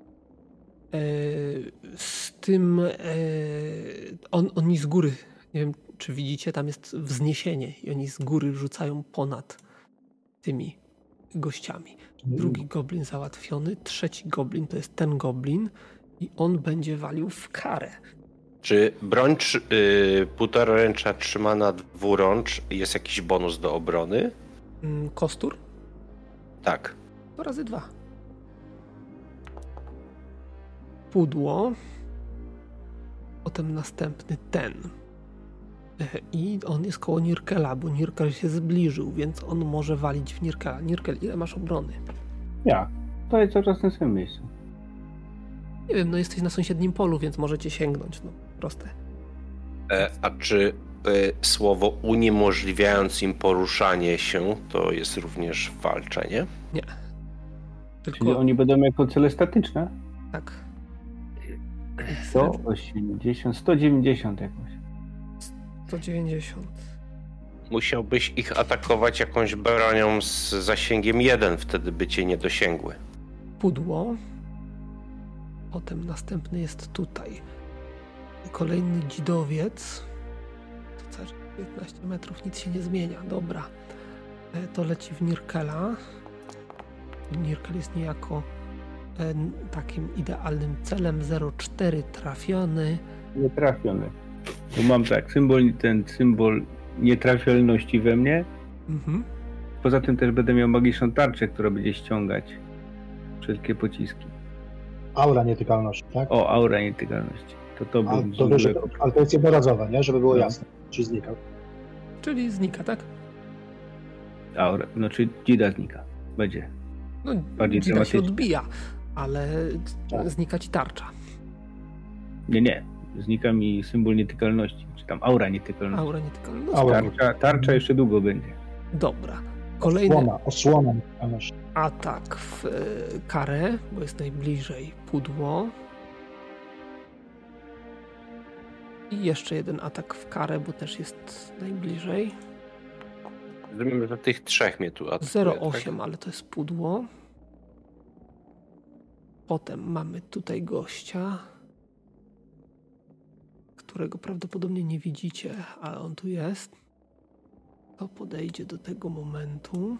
Z tym oni z góry, nie wiem czy widzicie, tam jest wzniesienie i oni z góry rzucają ponad tymi gościami. Drugi goblin załatwiony, trzeci goblin to jest ten goblin i on będzie walił w karę. Czy broń półtoraręcza trzymana dwurącz jest jakiś bonus do obrony? Kostur? Tak. 2 razy 2. Pudło. Potem następny ten. I on jest koło Nirkela, bo Nirkel się zbliżył, więc on może walić w Nirkela. Nirkel, ile masz obrony? Ja. To jest cały czas w tym samym miejscu. Nie wiem, no jesteś na sąsiednim polu, więc możecie sięgnąć. No, proste. A czy słowo uniemożliwiając im poruszanie się to jest również walczenie? Nie. Tylko... Czyli oni będą jako cele statyczne? Tak. 180, 190 jakoś. 190. Musiałbyś ich atakować jakąś bronią z zasięgiem 1, wtedy by cię nie dosięgły. Pudło. Potem następny jest tutaj. Kolejny dzidowiec. To cały 15 metrów, nic się nie zmienia. Dobra. To leci w Nirkela. Nirkel jest niejako takim idealnym celem. 0,4 trafiony. Nie trafiony. Tu mam tak, ten symbol nietrafialności we mnie. Mhm. Poza tym też będę miał magiczną tarczę, która będzie ściągać wszelkie pociski. Aura nietykalności, tak? O, aura nietykalności. To ale to jest jednorazowe, nie? Żeby było jasne. Czy znika? Czyli znika, tak? Aura, znaczy dzida znika. Będzie. No, bardziej dzida się dramatycznie. odbija, ale Tak. znika ci tarcza. Nie. Znika mi symbol nietykalności. Czy tam aura nietykalności. Aura nietykalna. Aura. Tarcza jeszcze długo będzie. Dobra. Kolejny Osłona nietykalności. atak w karę, bo jest najbliżej pudło. I jeszcze jeden atak w karę, bo też jest najbliżej. Rozumiem, że tych 3 mnie tu atakuje. 0,8, ale to jest pudło. Potem mamy tutaj gościa, którego prawdopodobnie nie widzicie, ale on tu jest. To podejdzie do tego momentu.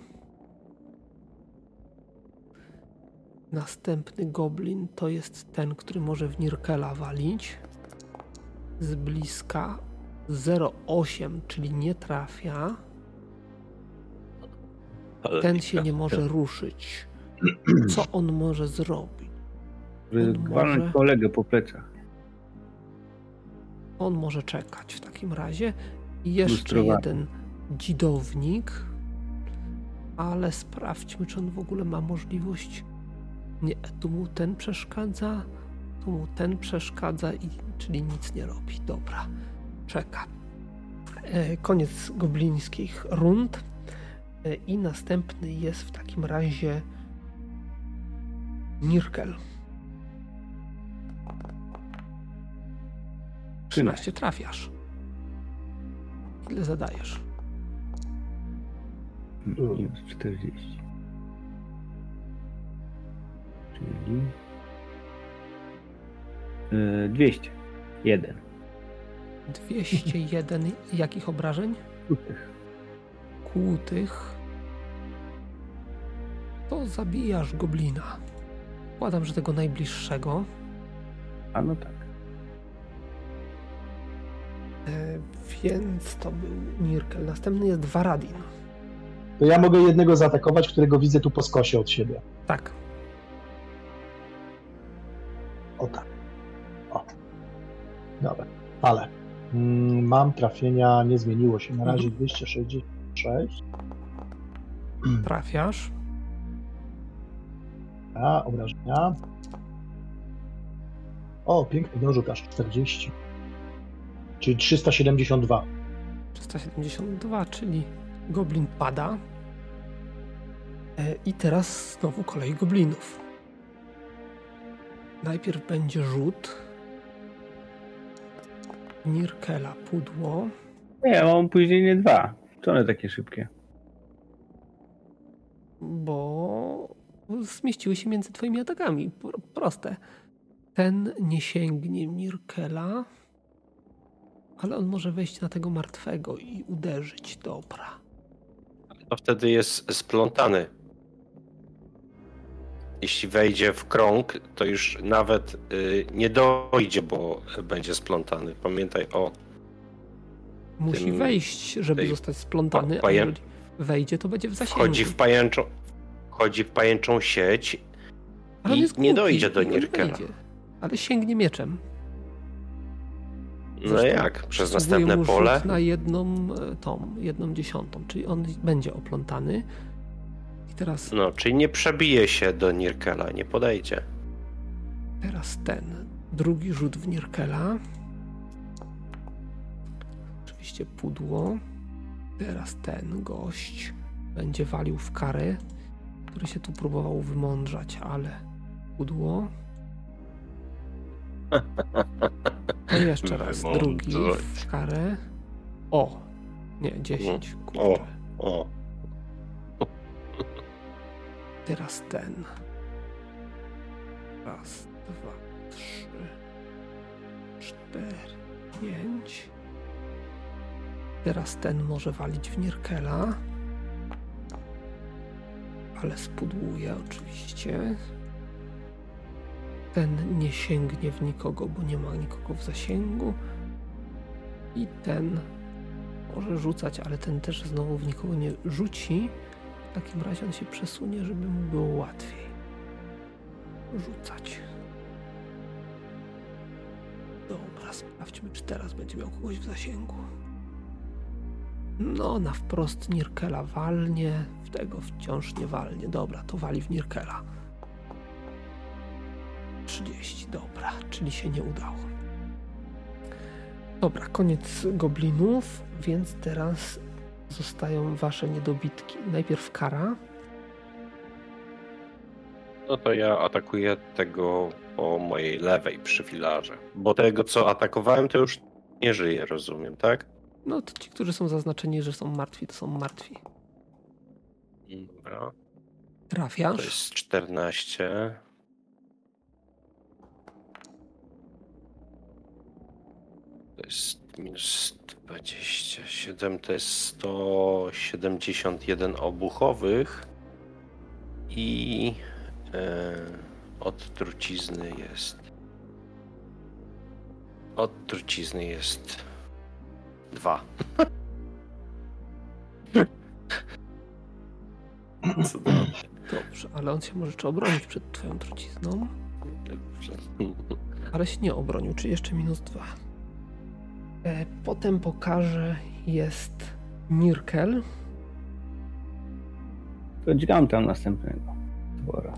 Następny goblin to jest ten, który może w Nirkela walić. Z bliska 0,8, czyli nie trafia. Ale Ten się nie może ruszyć. Co on może zrobić? Walnąć kolegę po plecach. On może czekać w takim razie. I jeszcze Lustrowany. jeden dzidownik. Ale sprawdźmy, czy on w ogóle ma możliwość. Nie, tu mu ten przeszkadza. Tu mu ten przeszkadza, czyli nic nie robi. Dobra, czeka. Koniec goblińskich rund. I następny jest w takim razie Nirkel. 13 trafiasz. Ile zadajesz? Minus 40. Czyli 200. 1. 201 jakich obrażeń? Kłutych. To zabijasz goblina. Wkładam, że tego najbliższego. A no tak. Więc to był Nirkel. Następny jest Varadin. To ja mogę jednego zaatakować, którego widzę tu po skosie od siebie. Tak. O tak. O. Dobra. Ale mam trafienia, nie zmieniło się. Na razie 266. Trafiasz. Obrażenia. O, piękny dorzut, aż 40. Czyli 372. 372, czyli goblin pada. I teraz znowu kolej goblinów. Najpierw będzie rzut. Nirkela, pudło. Nie, ja mam opóźnienie 2. Co one takie szybkie? Bo zmieściły się między twoimi atakami. Proste. Ten nie sięgnie Nirkela, ale on może wejść na tego martwego i uderzyć. Dobra. To wtedy jest splątany. Jeśli wejdzie w krąg, to już nawet nie dojdzie, bo będzie splątany. Pamiętaj o Musi tym, wejść, żeby zostać splątany, a jeżeli wejdzie, to będzie w zasięgu. Wchodzi w pajęczą sieć ale i jest nie głupi, dojdzie do Nirkela. Ale sięgnie mieczem. No jak? Przez następne pole? Na jedną dziesiątą, czyli on będzie oplątany. I teraz... No, czyli nie przebije się do Nirkela, nie podejdzie. Teraz drugi rzut w Nirkela. Oczywiście pudło. Teraz ten gość będzie walił w karę, który się tu próbował wymądrzać, ale pudło. No jeszcze raz, drugi w karę. O! Nie, 10. Kurczę. O. Teraz ten. Raz, 2, 3, 4, 5. Teraz ten może walić w Nirkela. Ale spudłuje oczywiście. Ten nie sięgnie w nikogo, bo nie ma nikogo w zasięgu. I ten może rzucać, ale ten też znowu w nikogo nie rzuci. W takim razie on się przesunie, żeby mu było łatwiej rzucać. Dobra, sprawdźmy, czy teraz będzie miał kogoś w zasięgu. No, na wprost Nirkela walnie, w tego wciąż nie walnie. Dobra, to wali w Nirkela. 30, dobra, czyli się nie udało. Dobra, koniec goblinów, więc teraz zostają wasze niedobitki. Najpierw kara. No to ja atakuję tego po mojej lewej przy filarze. Bo tego, co atakowałem, to już nie żyje, rozumiem, tak? No to ci, którzy są zaznaczeni, że są martwi, to są martwi. Dobra. Trafiasz? To jest 14. To jest minus 27, to jest 171 obuchowych i od trucizny jest 2. Dobrze, ale on się może jeszcze obronić przed twoją trucizną. Ale się nie obronił, czyli jeszcze minus 2. Potem pokażę, jest Nirkel. To dźgam tam następnego twora.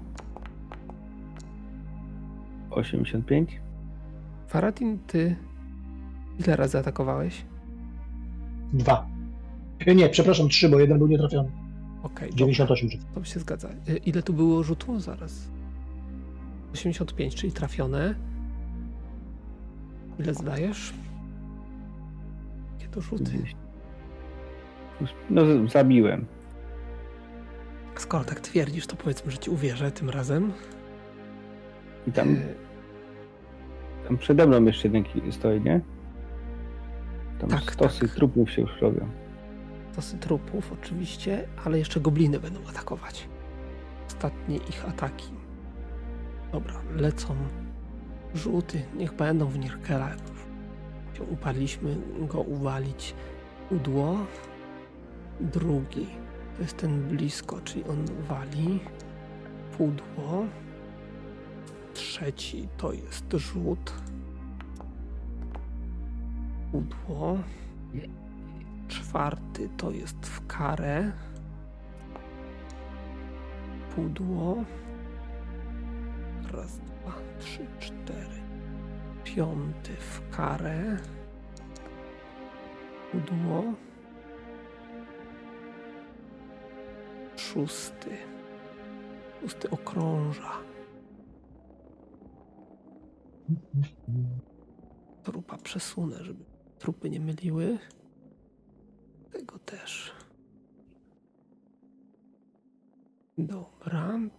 85? Faradin, ty ile razy atakowałeś? 2. Nie, przepraszam, 3, bo jeden był nietrafiony. Okej, 98. to się zgadza. Ile tu było rzutu? Zaraz. 85, czyli trafione. Ile zdajesz? Jakie to rzuty? No, zabiłem. Skoro tak twierdzisz, to powiedzmy, że ci uwierzę tym razem. I tam przede mną jeszcze jeden stoi, nie? Tam tak, stosy trupów się już robią. Stosy trupów oczywiście, ale jeszcze gobliny będą atakować. Ostatnie ich ataki. Dobra, lecą rzuty. Niech będą w Nirkela. Się uparliśmy go uwalić. Udło. Drugi. To jest ten blisko, czyli on wali. Pudło. Trzeci to jest rzut. Pudło. Czwarty to jest w karę. Pudło. Raz, 2, 3, 4. 5 w karę. Pudło. 6 okrąża. Trupa przesunę, żeby trupy nie myliły. Tego też. Dobra.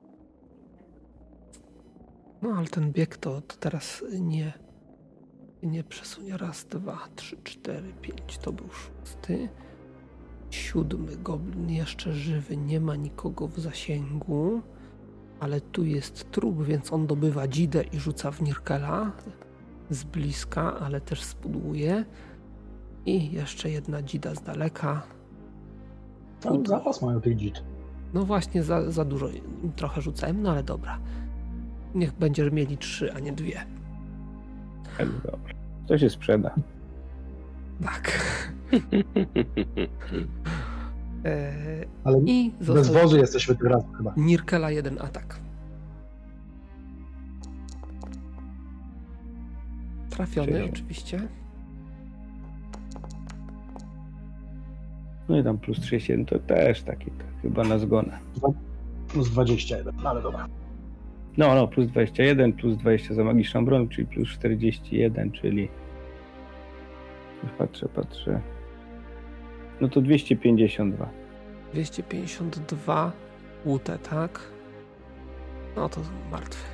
No ale ten bieg to teraz nie przesunie. 1, 2, 3, 4, 5. To był 6. 7 goblin jeszcze żywy. Nie ma nikogo w zasięgu. Ale tu jest trup, więc on dobywa dzidę i rzuca w Nirkela. Z bliska, ale też spudłuje. I jeszcze jedna dzida z daleka. Cały zapas mają tych dzid. No właśnie, za dużo im trochę rzucałem, no ale dobra. Niech będziesz mieli 3, a nie 2. Dobrze. To się sprzeda. Tak. Ale I bez wozu jesteśmy tym razem chyba. Nirkela 1 atak. Trafiony Czyli... oczywiście. No i tam plus 31 to też taki chyba na zgonę. Plus 21, ale dobra. No, plus 21, plus 20 za magiczną broń, czyli plus 41, czyli... Już patrzę. No to 252. 252 łute, tak? No to martwy.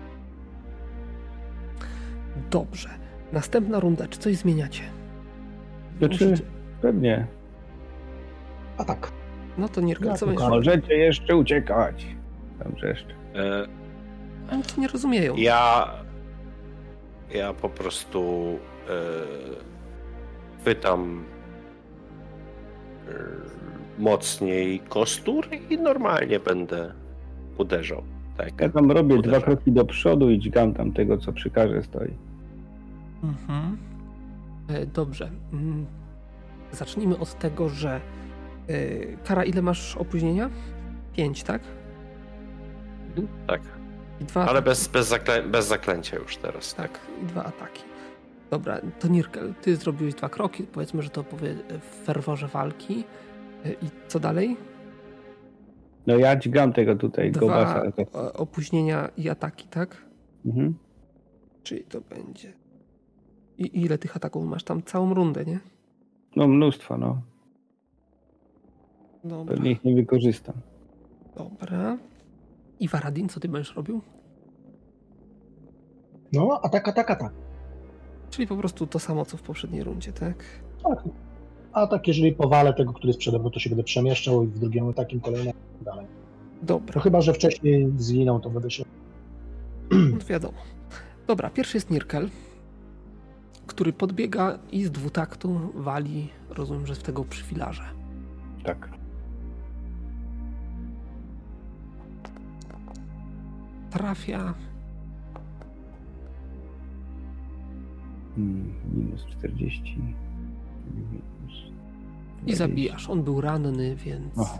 Dobrze. Następna runda. Czy coś zmieniacie? Znaczy, pewnie. A tak. No to Nirkel, co będziesz? Możecie jeszcze uciekać. Tam jeszcze. Oni cię nie rozumieją. Ja po prostu chwytam mocniej kostur i normalnie będę uderzał. Tak. Ja tam robię 2 kroki do przodu i dźgam tam tego, co przy karze stoi. Mhm. Dobrze. Zacznijmy od tego, że Kara, ile masz opóźnienia? 5, tak? Tak. I 2 ale bez zaklęcia już teraz. Tak, i 2 ataki. Dobra, to Nirkel, ty zrobiłeś 2 kroki, powiedzmy, że to powie w ferworze walki. I co dalej? No ja dźgam tego tutaj 2 opóźnienia i ataki, tak? Mhm. Czyli to będzie... I ile tych ataków masz? Tam całą rundę, nie? No mnóstwo, no. Dobra. Pewnie ich nie wykorzystam. Dobra. I Varadin, co ty będziesz robił? No, atak. Czyli po prostu to samo, co w poprzedniej rundzie, tak? Tak. A tak, jeżeli powalę tego, który jest przede mną, to się będę przemieszczał i w drugim takim kolejnym i dalej. Dobra. No chyba, że wcześniej zginął, to będę się... No wiadomo. Dobra, pierwszy jest Nirkel, który podbiega i z dwutaktu wali, rozumiem, że w tego przy filarze. Tak. Trafia. Minus 40. Minus 20. I zabijasz. On był ranny, więc... Aha.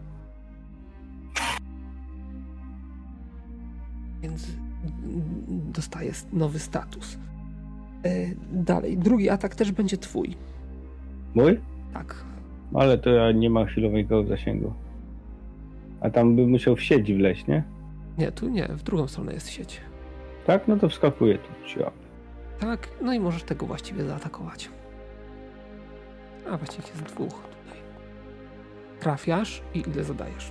Więc dostaje nowy status. Dalej. Drugi atak też będzie twój. Mój? Tak. Ale to ja nie mam chwilowego zasięgu. A tam by musiał w sieć wleźć, nie? Nie, tu nie. W drugą stronę jest sieć. Tak? No to wskakuje tu. Ciap. Tak. No i możesz tego właściwie zaatakować. A właściwie jest 2 tutaj. Trafiasz i ile zadajesz?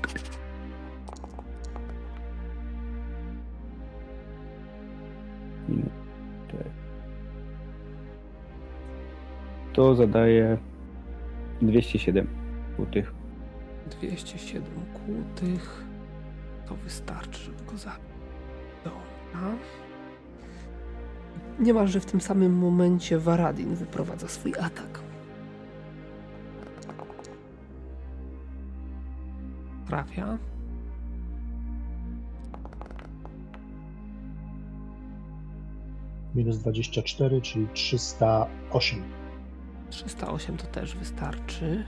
To zadaje 207 kłutych. 207 kłutych. To wystarczy, żeby go zabić. Dobra. Niemalże w tym samym momencie Varadin wyprowadza swój atak. Trafia. Minus 24, czyli 308. 308 to też wystarczy,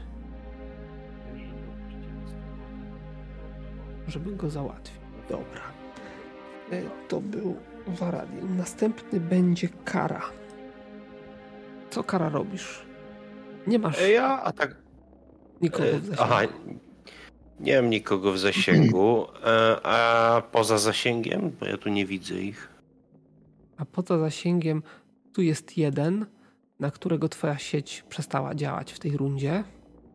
żeby go załatwić. Dobra. To był Varadin. Następny będzie Kara. Co Kara robisz? Nie masz nikogo w zasięgu. Aha, nie mam nikogo w zasięgu. A poza zasięgiem? Bo ja tu nie widzę ich. A poza zasięgiem tu jest jeden, na którego twoja sieć przestała działać w tej rundzie.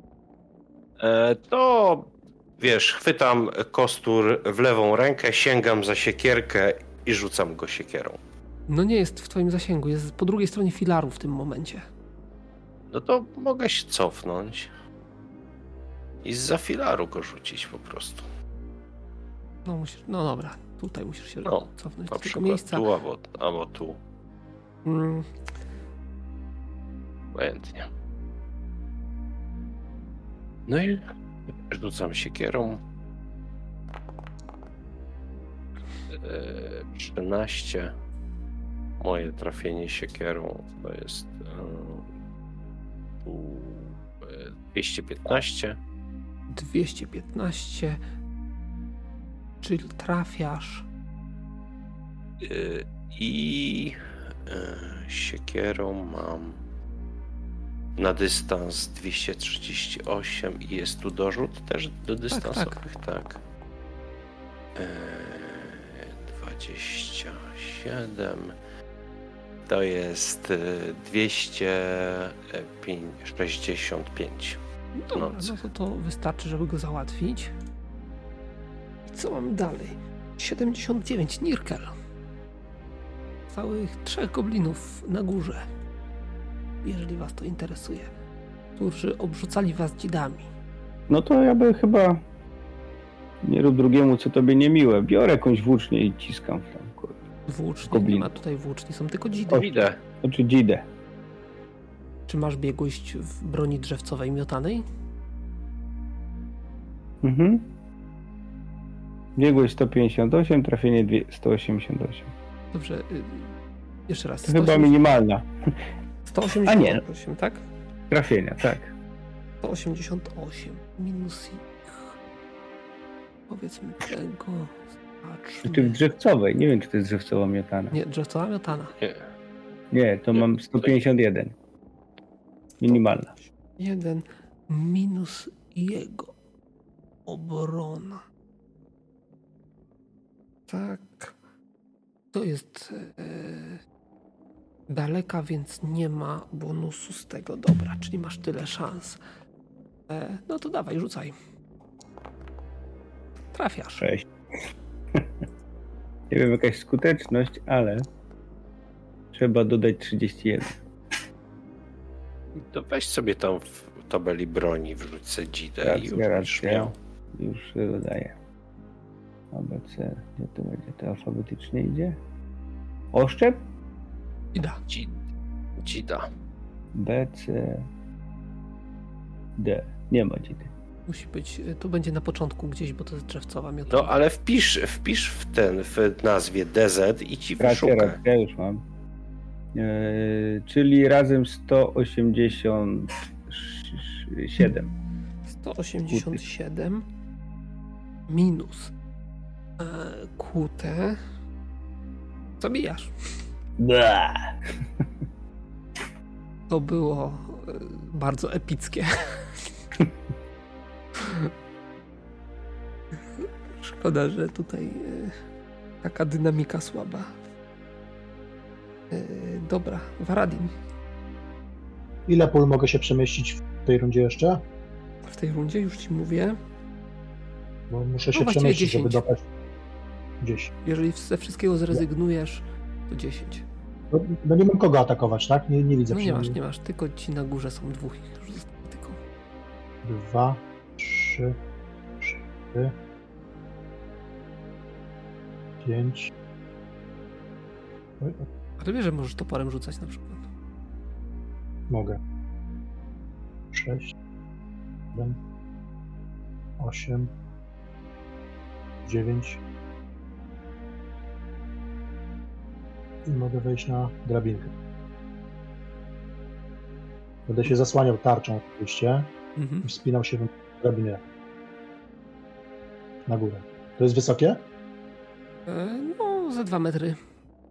To wiesz, chwytam kostur w lewą rękę, sięgam za siekierkę i rzucam go siekierą. No nie jest w twoim zasięgu, jest po drugiej stronie filaru w tym momencie. No to mogę się cofnąć i zza filaru go rzucić po prostu. No dobra, tutaj musisz się cofnąć Na do tego przykład miejsca. tu albo tu. Obojętnie. No i rzucam siekierą. 13. Moje trafienie siekierą to jest 215. 215. Czyli trafiasz. I siekierą mam na dystans 238 i jest tu dorzut też do dystansowych, tak. 27 to jest 265. Dobra, no to wystarczy, żeby go załatwić. I co mamy dalej? 79, Nirkel. Całych 3 goblinów na górze. Jeżeli was to interesuje. Którzy obrzucali was dzidami. No to ja bym chyba nie rób drugiemu, co tobie niemiłe. Biorę jakąś włócznię i ciskam w tam. Włócznie? Nie ma tutaj włóczni, są tylko dzidy. O, idę. Znaczy dzidę. Czy masz biegłość w broni drzewcowej miotanej? Mhm. Biegłość 158, trafienie 188. Dobrze, jeszcze raz. To chyba minimalna. 188, tak? Trafienia, tak. 188 minus ich. Powiedzmy tego. Czy w drzewcowej? Nie wiem, czy to jest drzewcowa miotana. Nie, drzewcowa miotana. Nie, to mam 151. Minimalna. 1 minus jego obrona. Tak. To jest daleka, więc nie ma bonusu z tego. Dobra, czyli masz tyle szans. No to dawaj, rzucaj. Trafiasz. 6. Nie wiem, jakaś skuteczność, ale trzeba dodać 31. To weź sobie tam w tabeli broni, wrzuć sobie dzidę i już racja. Już dodaję. ABC, gdzie to będzie? To alfabetycznie idzie? Oszczep? Ida. Dzida. B, C, D. Nie ma dzidy. Musi być, to będzie na początku gdzieś, bo to jest drzewcowa miotana. No ale wpisz w nazwie DZ i ci wyszuka. Racja, już mam. Czyli razem 187. 187 minus QT. Zabijasz. To było bardzo epickie. Szkoda, że tutaj taka dynamika słaba. Dobra, Varadin. Ile pól mogę się przemieścić w tej rundzie jeszcze? W tej rundzie już ci mówię. Bo muszę się przemieścić, 10. żeby dopaść 10. Jeżeli ze wszystkiego zrezygnujesz, to 10. No nie mam kogo atakować, tak? Nie widzę. No nie masz. Tylko ci na górze są dwóch ich już zostało tylko. 2, 3, 4, 5. Ale wiesz, że możesz toporem rzucać na przykład. Mogę. 6, 7, 8, 9. I mogę wejść na drabinkę. Będę się zasłaniał tarczą oczywiście i wspinał się w drabinę na górę. To jest wysokie? No, za 2 metry.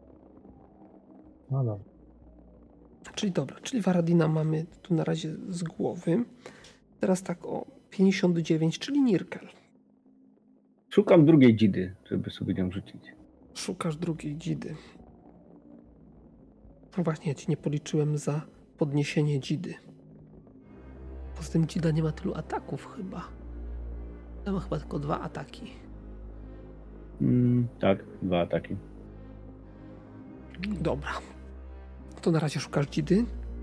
No dobra. Czyli Varadina mamy tu na razie z głowy. Teraz tak o 59, czyli Nirkel. Szukam drugiej dzidy, żeby sobie nią rzucić. Szukasz drugiej dzidy. Właśnie, ja ci nie policzyłem za podniesienie dzidy. Poza tym dzida nie ma tylu ataków chyba. Ja ma chyba tylko 2 ataki. Tak, 2 ataki. Dobra. To na razie szukasz dzidy.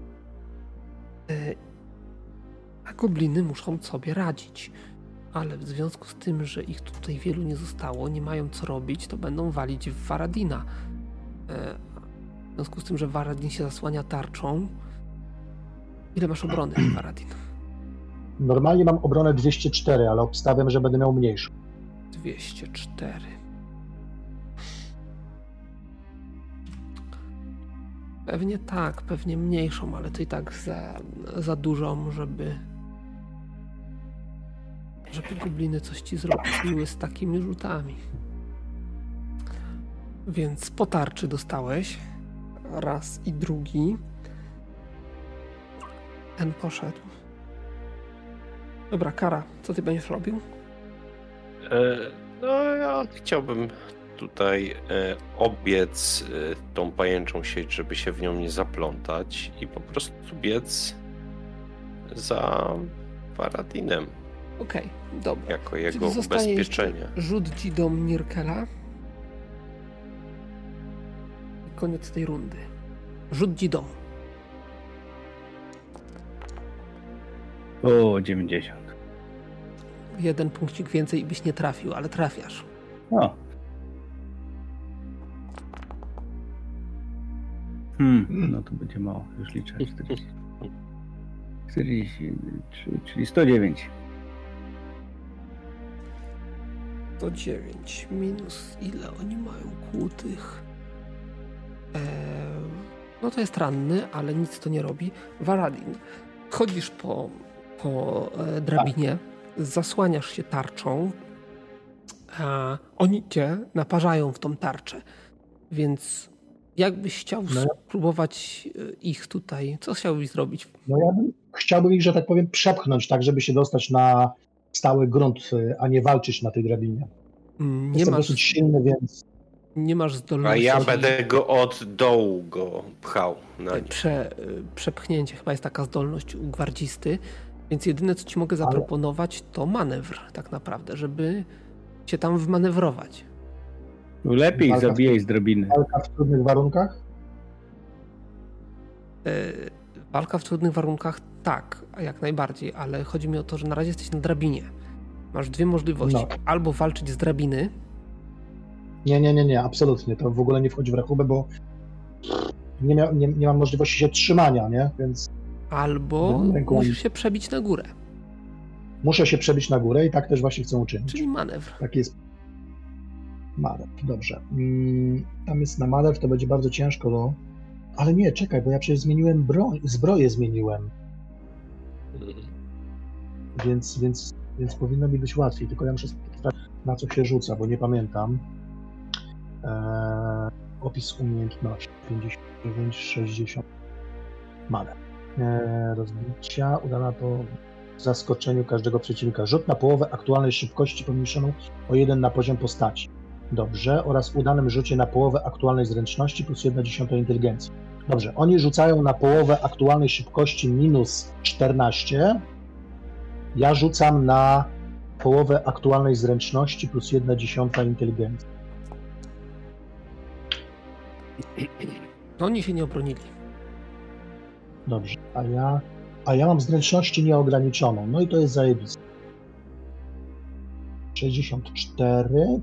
A gobliny muszą sobie radzić. Ale w związku z tym, że ich tutaj wielu nie zostało, nie mają co robić, to będą walić w Varadina. W związku z tym, że Varadin się zasłania tarczą. Ile masz obrony, Varadin? Normalnie mam obronę 204, ale obstawiam, że będę miał mniejszą. 204. Pewnie tak, pewnie mniejszą, ale to i tak za dużą, żeby gobliny coś ci zrobiły z takimi rzutami. Więc po tarczy dostałeś raz i drugi. Ten poszedł. Dobra, Kara, co ty będziesz robił? No ja chciałbym tutaj obiec tą pajęczą sieć, żeby się w nią nie zaplątać i po prostu biec za Varadinem. Okej, dobra. Jako jego ubezpieczenie. Rzut dzidą Nirkela. Koniec tej rundy. Rzut dzidą. O, 90. 1 punkcik więcej i byś nie trafił, ale trafiasz. O. No to będzie mało, już liczę. 43, czyli 109. 109 minus ile oni mają kłutych? No to jest ranny, ale nic to nie robi. Varadin, chodzisz po drabinie, zasłaniasz się tarczą, a oni cię naparzają w tą tarczę. Więc jakbyś chciał spróbować ich tutaj, co chciałbyś zrobić? No ja chciałbym ich, że tak powiem, przepchnąć, tak żeby się dostać na stały grunt, a nie walczyć na tej drabinie. Jestem dosyć silny, więc... Nie masz zdolności. A ja będę go od dołu pchał na nim. Przepchnięcie chyba jest taka zdolność u gwardzisty, więc jedyne, co ci mogę zaproponować, to manewr tak naprawdę, żeby cię tam wmanewrować. Lepiej zabijaj z drabiny. Walka w trudnych warunkach? Walka w trudnych warunkach tak, jak najbardziej, ale chodzi mi o to, że na razie jesteś na drabinie. Masz 2 możliwości. No. Albo walczyć z drabiny. Nie, absolutnie. To w ogóle nie wchodzi w rachubę, bo nie mam możliwości się trzymania, nie? Więc... Albo musisz się przebić na górę. Muszę się przebić na górę i tak też właśnie chcę uczynić. Czyli manewr. Tak jest. Manewr, dobrze. Tam jest na manewr, to będzie bardzo ciężko, no. Ale nie, czekaj, bo ja przecież zmieniłem zbroję zmieniłem. Więc powinno mi być łatwiej, tylko ja muszę sprawdzić, na co się rzuca, bo nie pamiętam. Opis umiejętności 59, 60. Manewr. Rozbicia, udana po zaskoczeniu każdego przeciwnika. Rzut na połowę aktualnej szybkości pomniejszoną o 1 na poziom postaci. Dobrze. Oraz udanym rzucie na połowę aktualnej zręczności plus 1/10 inteligencji. Dobrze. Oni rzucają na połowę aktualnej szybkości minus 14. Ja rzucam na połowę aktualnej zręczności plus 1/10 inteligencji. Oni się nie obronili. Dobrze. A ja mam zręczności nieograniczoną. No i to jest zajebiste. 64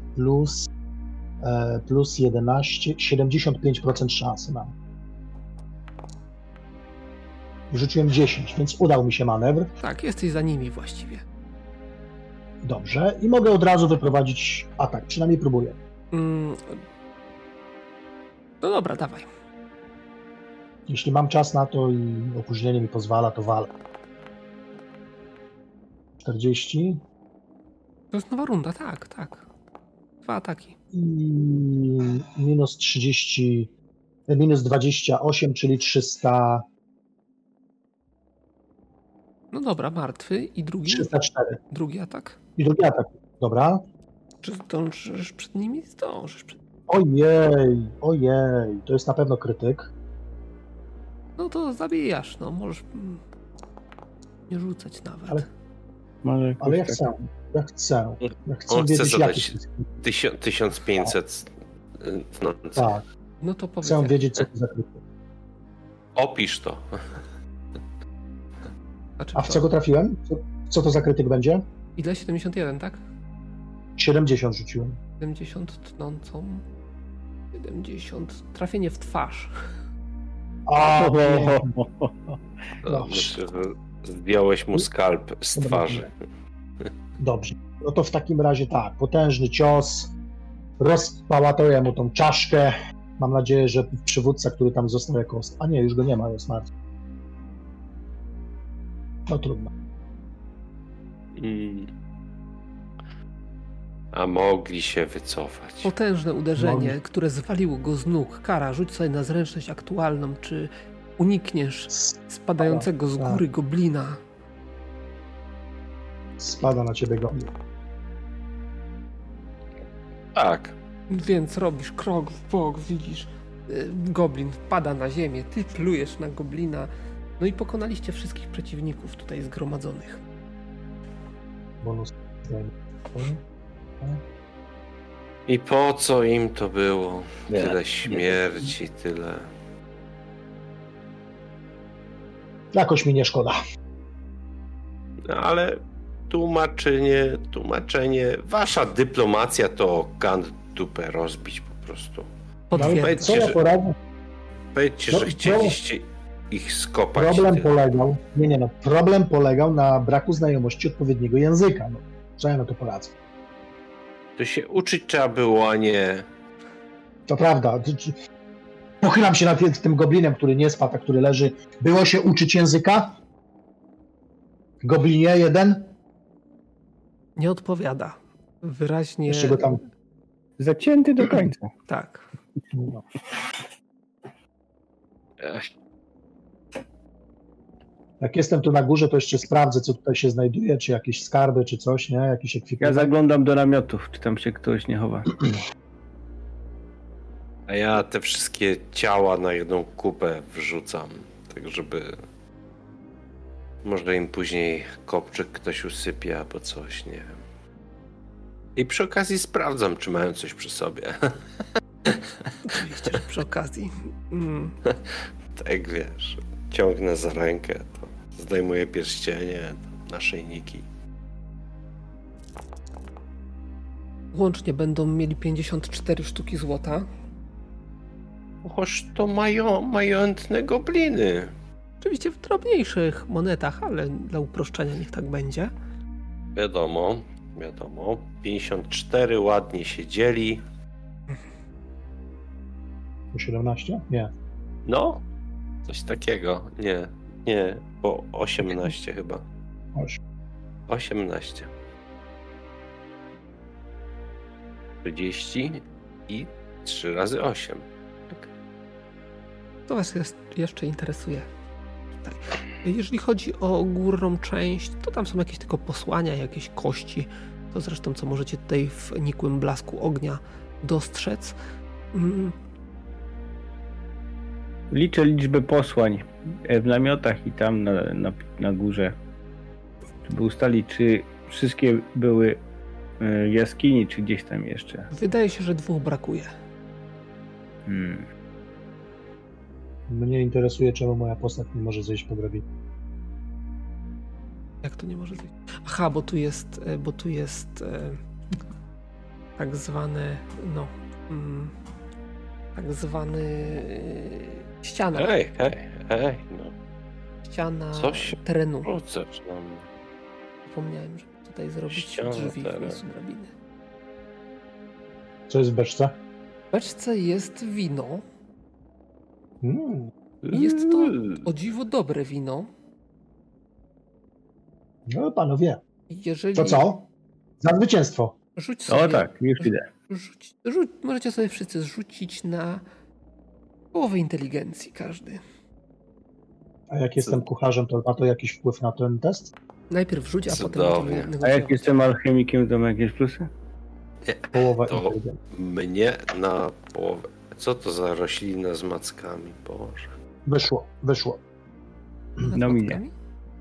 plus 11, 75% szansy mam. Rzuciłem 10, więc udał mi się manewr. Tak, jesteś za nimi właściwie. Dobrze. I mogę od razu wyprowadzić atak. Przynajmniej próbuję. No dobra, dawaj. Jeśli mam czas na to i opóźnienie mi pozwala, to walę. 40. To jest nowa runda, tak. 2 ataki. I minus 30 Minus 28, czyli 300, No dobra, martwy. I drugi? 304. Drugi atak. I drugi atak. Dobra. Czy zdążysz przed nimi? Zdążysz. Ojej. To jest na pewno krytyk. No to zabijasz, no możesz nie rzucać nawet. Ale ja chcę. Ja chcę On chce wiedzieć, jaki zadać to jest. 1500. No, Tak. No to powiedz. Chcę wiedzieć, co to za krytyk. opisz to. Znaczy, A w co go trafiłem? Co to za krytyk będzie? Ile? 71, tak? 70 rzuciłem. 70 tnącą. 70. Trafienie w twarz. A, nie. No, myślę, że zdjąłeś mu skalp z twarzy. Dobrze. No to w takim razie tak, potężny cios, rozpałatuję mu tą czaszkę. Mam nadzieję, że przywódca, który tam został jako... A nie, już go nie ma, jest martwy. No trudno. A mogli się wycofać. Potężne uderzenie, które zwaliło go z nóg. Kara, rzuć sobie na zręczność aktualną, czy unikniesz spadającego z góry goblina. Spada na ciebie goblin. Tak. Więc robisz krok w bok, widzisz, goblin wpada na ziemię, ty plujesz na goblina, no i pokonaliście wszystkich przeciwników tutaj zgromadzonych. Bonus. I po co im to było? Tyle śmierci, tyle. Jakoś mi nie szkoda. No, ale tłumaczenie, wasza dyplomacja to kant dupę rozbić po prostu. Potwierdzam. Co ja poradzę? Powiedzcie, że chcieliście ich skopać. Problem polegał na braku znajomości odpowiedniego języka. No, co ja na to poradzę? To się uczyć trzeba było, a nie... To prawda. Pochylam się nad tym goblinem, który nie spadł, a który leży. Było się uczyć języka? Goblinie jeden? Nie odpowiada. Wyraźnie... Jeszcze go tam... Zacięty do końca. Tak. No. Jak jestem tu na górze, to jeszcze sprawdzę, co tutaj się znajduje, czy jakieś skarby, czy coś, nie? Jakiś ekwipunek. Ja zaglądam do namiotów, czy tam się ktoś nie chowa. A ja te wszystkie ciała na jedną kupę wrzucam, tak żeby... Może im później kopczyk ktoś usypie albo coś, nie wiem. I przy okazji sprawdzam, czy mają coś przy sobie. Oczywiście, że przy okazji. Tak wiesz, ciągnę za rękę, to zdejmuję pierścienie, naszyjniki. Łącznie będą mieli 54 sztuki złota. Choć to majętne gobliny. Oczywiście w drobniejszych monetach, ale dla uproszczenia niech tak będzie. Wiadomo. 54 ładnie się dzieli. 17? Nie. No, coś takiego. Nie, bo 18 chyba. 18. 30 i 3 razy 8. Tak. To was jeszcze interesuje. Tutaj. Jeżeli chodzi o górną część, to tam są jakieś tylko posłania, jakieś kości. To zresztą, co możecie tutaj w nikłym blasku ognia dostrzec. Liczę liczbę posłań w namiotach i tam na górze, żeby ustalić, czy wszystkie były jaskini, czy gdzieś tam jeszcze. Wydaje się, że 2 brakuje. Mnie interesuje, czemu moja postać nie może zejść po drabinie. Jak to nie może zejść? Aha, bo tu jest tak zwany, tak zwany ściana. Hej, no. Ściana Coś terenu. Rzucasz na mnie. Zapomniałem, żeby tutaj zrobić Ściana drzwi w terenu. miejscu drabiny. Co jest w beczce? W beczce jest wino. I jest to o dziwo dobre wino. No panowie, Jeżeli... to co? Za zwycięstwo. Rzuć sobie, O tak, już idę. możecie sobie wszyscy zrzucić na Połowę inteligencji każdy. A jak jestem kucharzem, to ma to jakiś wpływ na ten test? Najpierw rzuć, a potem Cudownie. będziemy A negocjować. jak jestem alchemikiem, to ma jakieś plusy? Połowa To inteligencji. mnie na połowę. Co to za roślina z mackami, Boże. Wyszło. Nad No minie. matkami?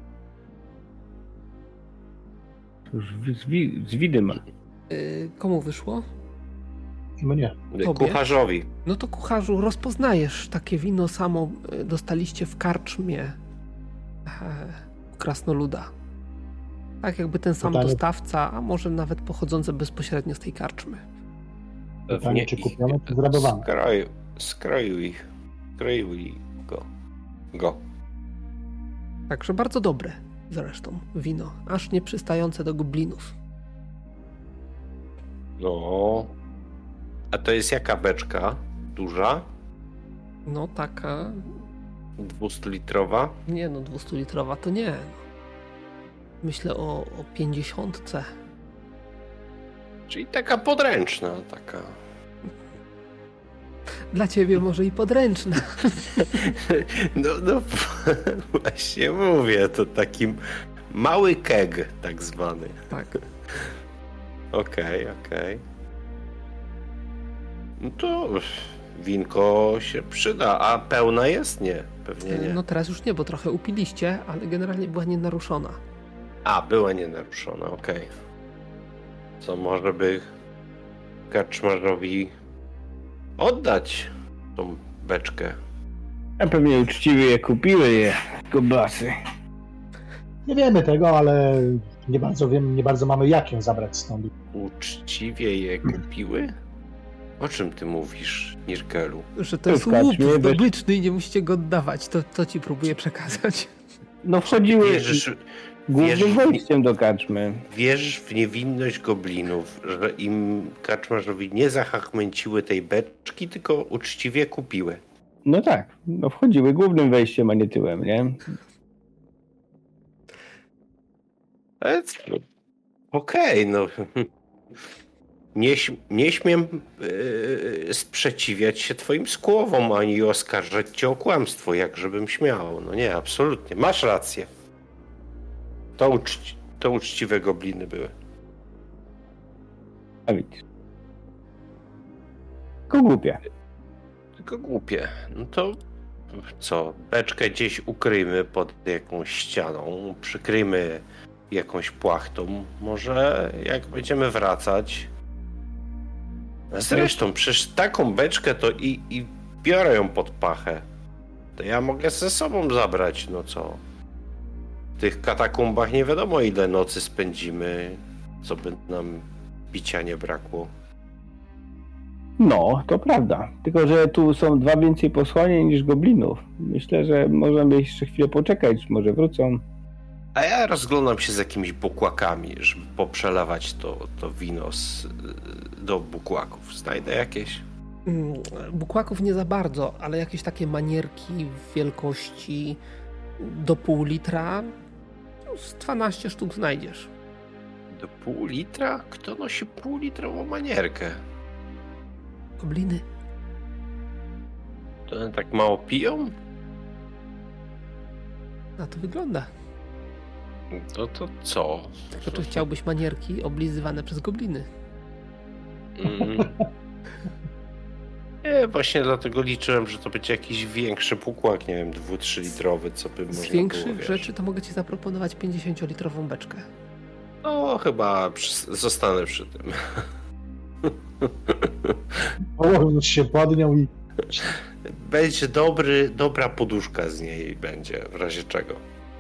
To już z widy ma. Komu wyszło? Mnie. Tobie? Kucharzowi. No to kucharzu, rozpoznajesz, takie wino samo dostaliście w karczmie u krasnoluda. Tak jakby ten sam Pytanie- dostawca, a może nawet pochodzące bezpośrednio z tej karczmy. Pytanie, czy kupione, czy zrabowane? Skroił go. Także bardzo dobre zresztą wino, aż nie przystające do goblinów. No. A to jest jaka beczka? Duża? No taka, 200-litrowa? nie no, 200-litrowa to nie. Myślę o 50. Czyli taka podręczna, taka. Dla ciebie może i podręczna. No właśnie mówię, to taki mały keg tak zwany. Tak. Okej. No to winko się przyda, a pełna jest? Nie, pewnie nie. No teraz już nie, bo trochę upiliście, ale generalnie była nienaruszona. A, była nienaruszona, okej. Co może by karczmarzowi oddać tą beczkę? A pewnie uczciwie je kupiły je kobasy. Nie wiemy tego, ale nie bardzo wiem, nie bardzo mamy jak ją zabrać stąd. Uczciwie je kupiły? O czym ty mówisz, Nirkelu? Że to jest W karczmie łup bez- zdobyczny i nie musicie go oddawać. To ci próbuję przekazać. No wchodziły Wierzysz głównym w- wejściem do karczmy. Wierzysz w niewinność goblinów, że im karczmarzowi nie zahachmęciły tej beczki, tylko uczciwie kupiły. No tak, no wchodziły głównym wejściem, a nie tyłem, nie? Okej, no. Nie śmiem sprzeciwiać się twoim słowom, ani oskarżać cię o kłamstwo, jak żebym śmiał. No nie, absolutnie. Masz rację. To uczciwe gobliny były. A widzisz. Tylko głupie. Tylko głupie. No to co? Beczkę gdzieś ukryjmy pod jakąś ścianą, przykryjmy jakąś płachtą. Może jak będziemy wracać. A zresztą przecież taką beczkę to i biorę ją pod pachę. To ja mogę ze sobą zabrać, no co? W tych katakumbach nie wiadomo ile nocy spędzimy, co by nam bicia nie brakło. No, to prawda. Tylko, że tu są 2 więcej posłanie niż goblinów. Myślę, że możemy jeszcze chwilę poczekać, może wrócą. A ja rozglądam się z jakimiś bukłakami, żeby poprzelewać to wino do bukłaków. Znajdę jakieś? Bukłaków nie za bardzo, ale jakieś takie manierki w wielkości do pół litra z 12 sztuk znajdziesz. Do pół litra? Kto nosi półlitrową manierkę? Gobliny. To one tak mało piją? Na to wygląda. To co? To czy chciałbyś manierki oblizywane przez gobliny? Nie, właśnie dlatego liczyłem, że to będzie jakiś większy pukłak, nie wiem, 2-3 litrowy, co by Z można większych było, wiesz. rzeczy to mogę ci zaproponować 50-litrową beczkę. No, chyba zostanę przy tym. Położyć się pod nią i Będzie dobra poduszka z niej będzie, w razie czego.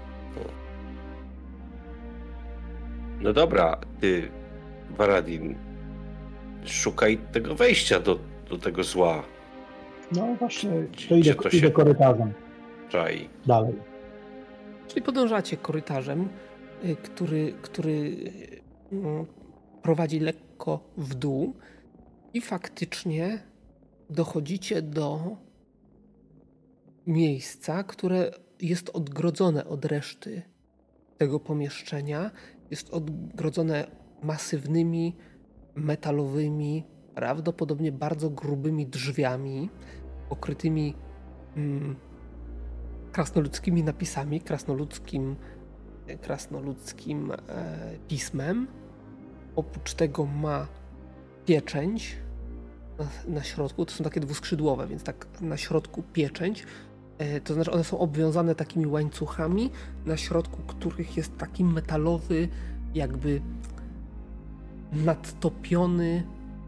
No dobra, ty, Baradin, szukaj tego wejścia do tego zła. no właśnie, to Gdzie to się- idę korytarzem Czai. dalej. Czyli podążacie korytarzem, który prowadzi lekko w dół i faktycznie dochodzicie do miejsca, które jest odgrodzone od reszty tego pomieszczenia. Jest odgrodzone masywnymi, metalowymi, prawdopodobnie bardzo grubymi drzwiami. pokrytymi krasnoludzkimi napisami, krasnoludzkim pismem. Oprócz tego ma pieczęć na środku, to są takie dwuskrzydłowe, więc tak na środku pieczęć. To znaczy one są obwiązane takimi łańcuchami, na środku których jest taki metalowy, jakby nadtopiony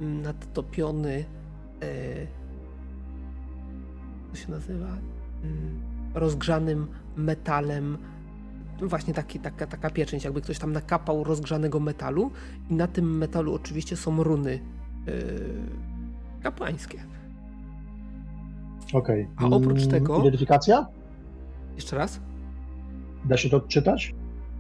co się nazywa? Rozgrzanym metalem. Właśnie taka pieczęć, jakby ktoś tam nakapał rozgrzanego metalu i na tym metalu oczywiście są runy kapłańskie. Okej. A oprócz tego... Identyfikacja? Jeszcze raz? Da się to odczytać?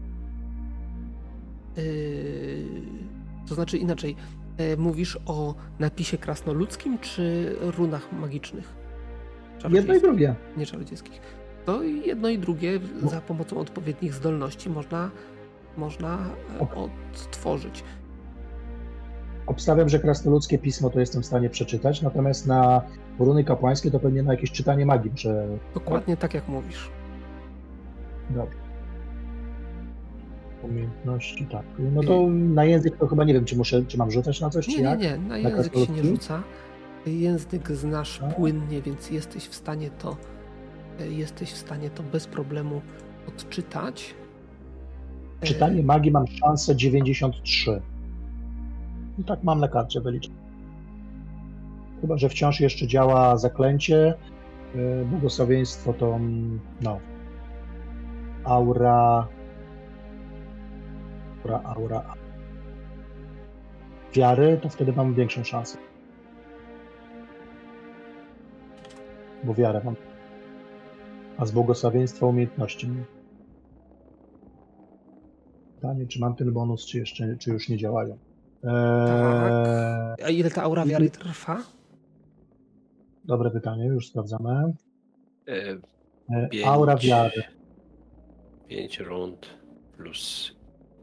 To znaczy inaczej, mówisz o napisie krasnoludzkim czy runach magicznych? Jedno i drugie. Nie czarodziejskich. To jedno i drugie za pomocą odpowiednich zdolności można odtworzyć. Obstawiam, że krasnoludzkie pismo to jestem w stanie przeczytać, natomiast na runy kapłańskie to pewnie na jakieś czytanie magii. Dokładnie tak jak mówisz. Dobrze. Umiejętności, tak. No to na język to chyba nie wiem, czy mam rzucać na coś, czy jak? Nie, na język się nie rzuca. Język znasz płynnie, więc jesteś w stanie to bez problemu odczytać. Czytanie magii mam szansę 93. I tak mam na karcie wyliczone. Chyba że wciąż jeszcze działa zaklęcie. Błogosławieństwo to aura wiary, to wtedy mam większą szansę. Bo wiarę mam. A z błogosławieństwa umiejętności. Pytanie, czy mam ten bonus, czy już nie działają. Tak. A ile ta aura wiary trwa? Dobre pytanie, już sprawdzamy. 5, aura wiary. 5 rund plus...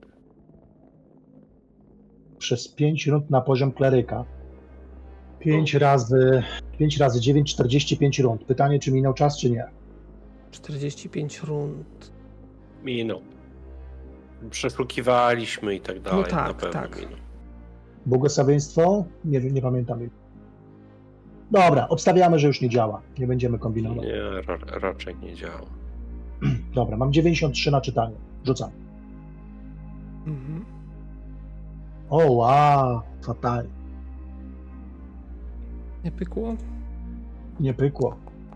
Przez 5 rund na poziom kleryka. 5 razy 9, 45 rund. Pytanie, czy minął czas, czy nie? 45 rund. Minął. Przesłuchiwaliśmy i tak dalej. No tak, na pewno tak. minął. Błogosławieństwo? Nie pamiętam. Dobra, obstawiamy, że już nie działa. Nie będziemy kombinować. Nie, raczej nie działa. Dobra, mam 93 na czytanie. Rzucam. Mhm. O, wow, fatalnie. Nie pykło? Nie pykło.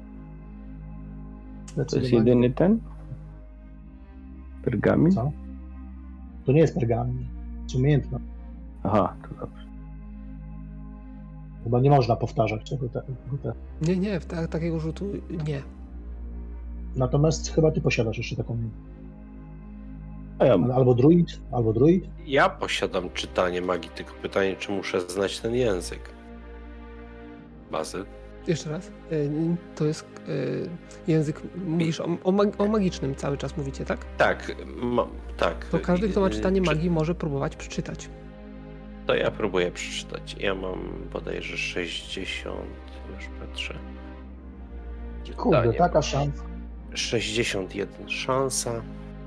To jest jedyny ten? Pergamin? Co? To nie jest pergamin. To jest umiejętność. Aha, to dobrze. Chyba nie można powtarzać tego. Nie, takiego rzutu nie. Natomiast chyba ty posiadasz jeszcze taką umiejętność. A ja Albo druid? Ja posiadam czytanie magii, tylko pytanie, czy muszę znać ten język. Bazyl. Jeszcze raz. To jest język, mówisz o magicznym cały czas mówicie, tak? Tak, tak. To każdy, kto ma czytanie magii, może próbować przeczytać. To ja próbuję przeczytać. Ja mam bodajże 60, już patrzę. Kurde, taka szansa. 61 szansa.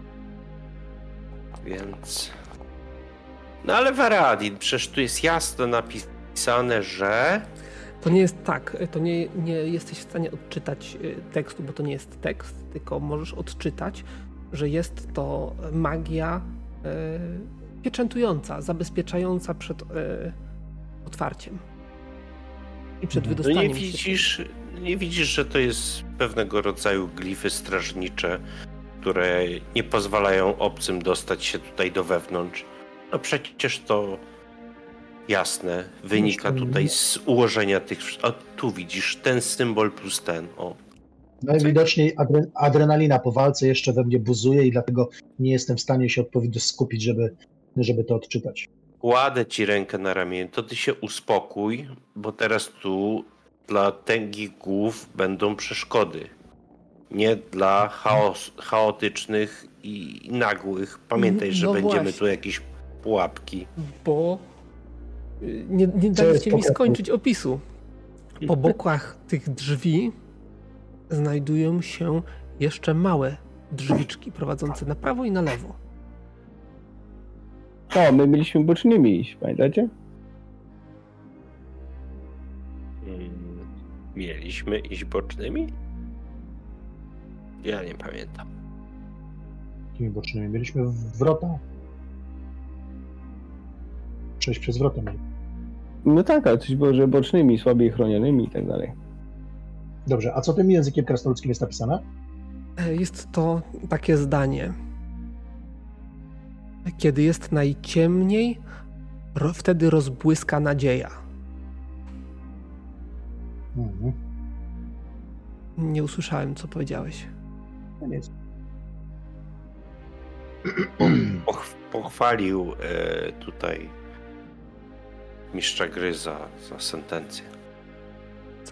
Więc... No ale Varadin, przecież tu jest jasno napisane, że... To nie jest tak, to nie jesteś w stanie odczytać tekstu, bo to nie jest tekst, tylko możesz odczytać, że jest to magia pieczętująca, zabezpieczająca przed otwarciem i przed wydostaniem się. Nie widzisz, że to jest pewnego rodzaju glify strażnicze, które nie pozwalają obcym dostać się tutaj do wewnątrz. No przecież to jasne, wynika tutaj z ułożenia tych... A tu widzisz, ten symbol plus ten, o. Najwidoczniej adrenalina po walce jeszcze we mnie buzuje i dlatego nie jestem w stanie się odpowiednio skupić, żeby to odczytać. Kładę ci rękę na ramieniu, to ty się uspokój, bo teraz tu dla tęgich głów będą przeszkody. Nie dla chaotycznych i nagłych. Pamiętaj, że będziemy tu jakieś pułapki. Bo nie daliście mi skończyć opisu. Po bokach tych drzwi znajdują się jeszcze małe drzwiczki prowadzące na prawo i na lewo. O, my mieliśmy bocznymi iść, pamiętacie? Mieliśmy iść bocznymi? Ja nie pamiętam. Jakimi bocznymi? Mieliśmy wrota. Przejść przez wrota. No tak, ale coś było, że bocznymi, słabiej chronionymi i tak dalej. Dobrze, a co tym językiem krasnoludzkim jest napisane? Jest to takie zdanie. Kiedy jest najciemniej, wtedy rozbłyska nadzieja. Mhm. Nie usłyszałem, co powiedziałeś. To nie jest. Pochwalił tutaj mistrza gry za sentencję. Co?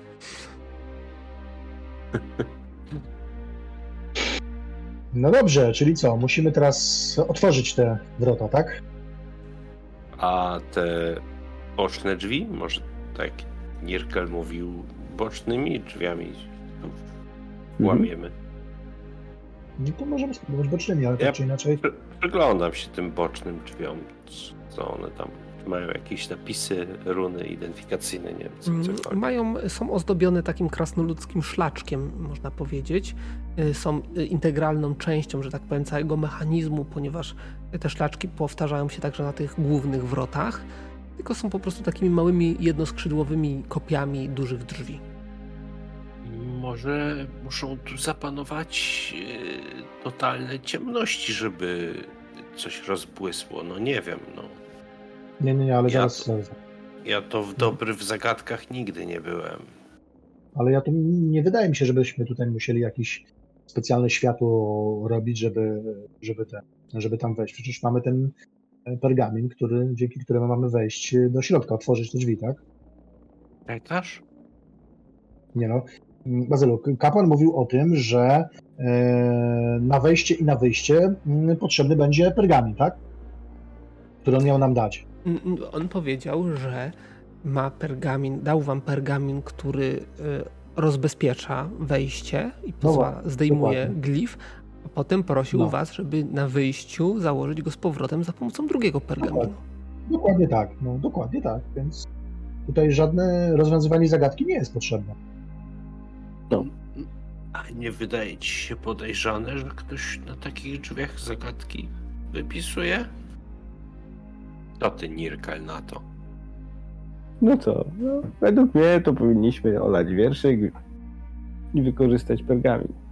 No dobrze, czyli co? Musimy teraz otworzyć te wrota, tak? A te boczne drzwi? Może tak Nirkel mówił, bocznymi drzwiami łamiemy. No to możemy spróbować bocznymi, ale Ja tak czy inaczej. Przyglądam się tym bocznym drzwiom, co one tam mają, jakieś napisy, runy identyfikacyjne, nie wiem, cokolwiek. Są ozdobione takim krasnoludzkim szlaczkiem, można powiedzieć. Są integralną częścią, że tak powiem, całego mechanizmu, ponieważ te szlaczki powtarzają się także na tych głównych wrotach, tylko są po prostu takimi małymi, jednoskrzydłowymi kopiami dużych drzwi. Może muszą tu zapanować totalne ciemności, żeby coś rozbłysło. No nie wiem, no. Nie, ale Ja zaraz. Ja to dobry w zagadkach nigdy nie byłem. Ale ja to nie wydaje mi się, żebyśmy tutaj musieli jakieś specjalne światło robić, żeby tam wejść. Przecież mamy ten pergamin, dzięki któremu mamy wejść do środka, otworzyć te drzwi, tak? Pamiętasz? Nie no. Bazylu, kapłan mówił o tym, że na wejście i na wyjście potrzebny będzie pergamin, tak? Który on miał nam dać. On powiedział, że ma pergamin, dał wam pergamin, który rozbezpiecza wejście i zdejmuje dokładnie. glif, a potem prosił was, żeby na wyjściu założyć go z powrotem za pomocą drugiego pergaminu. Dokładnie tak, więc tutaj żadne rozwiązywanie zagadki nie jest potrzebne. No. A nie wydaje ci się podejrzane, że ktoś na takich drzwiach zagadki wypisuje? Co ty, Nirkel, na to? No co, według mnie to powinniśmy olać wierszyk i wykorzystać pergamin.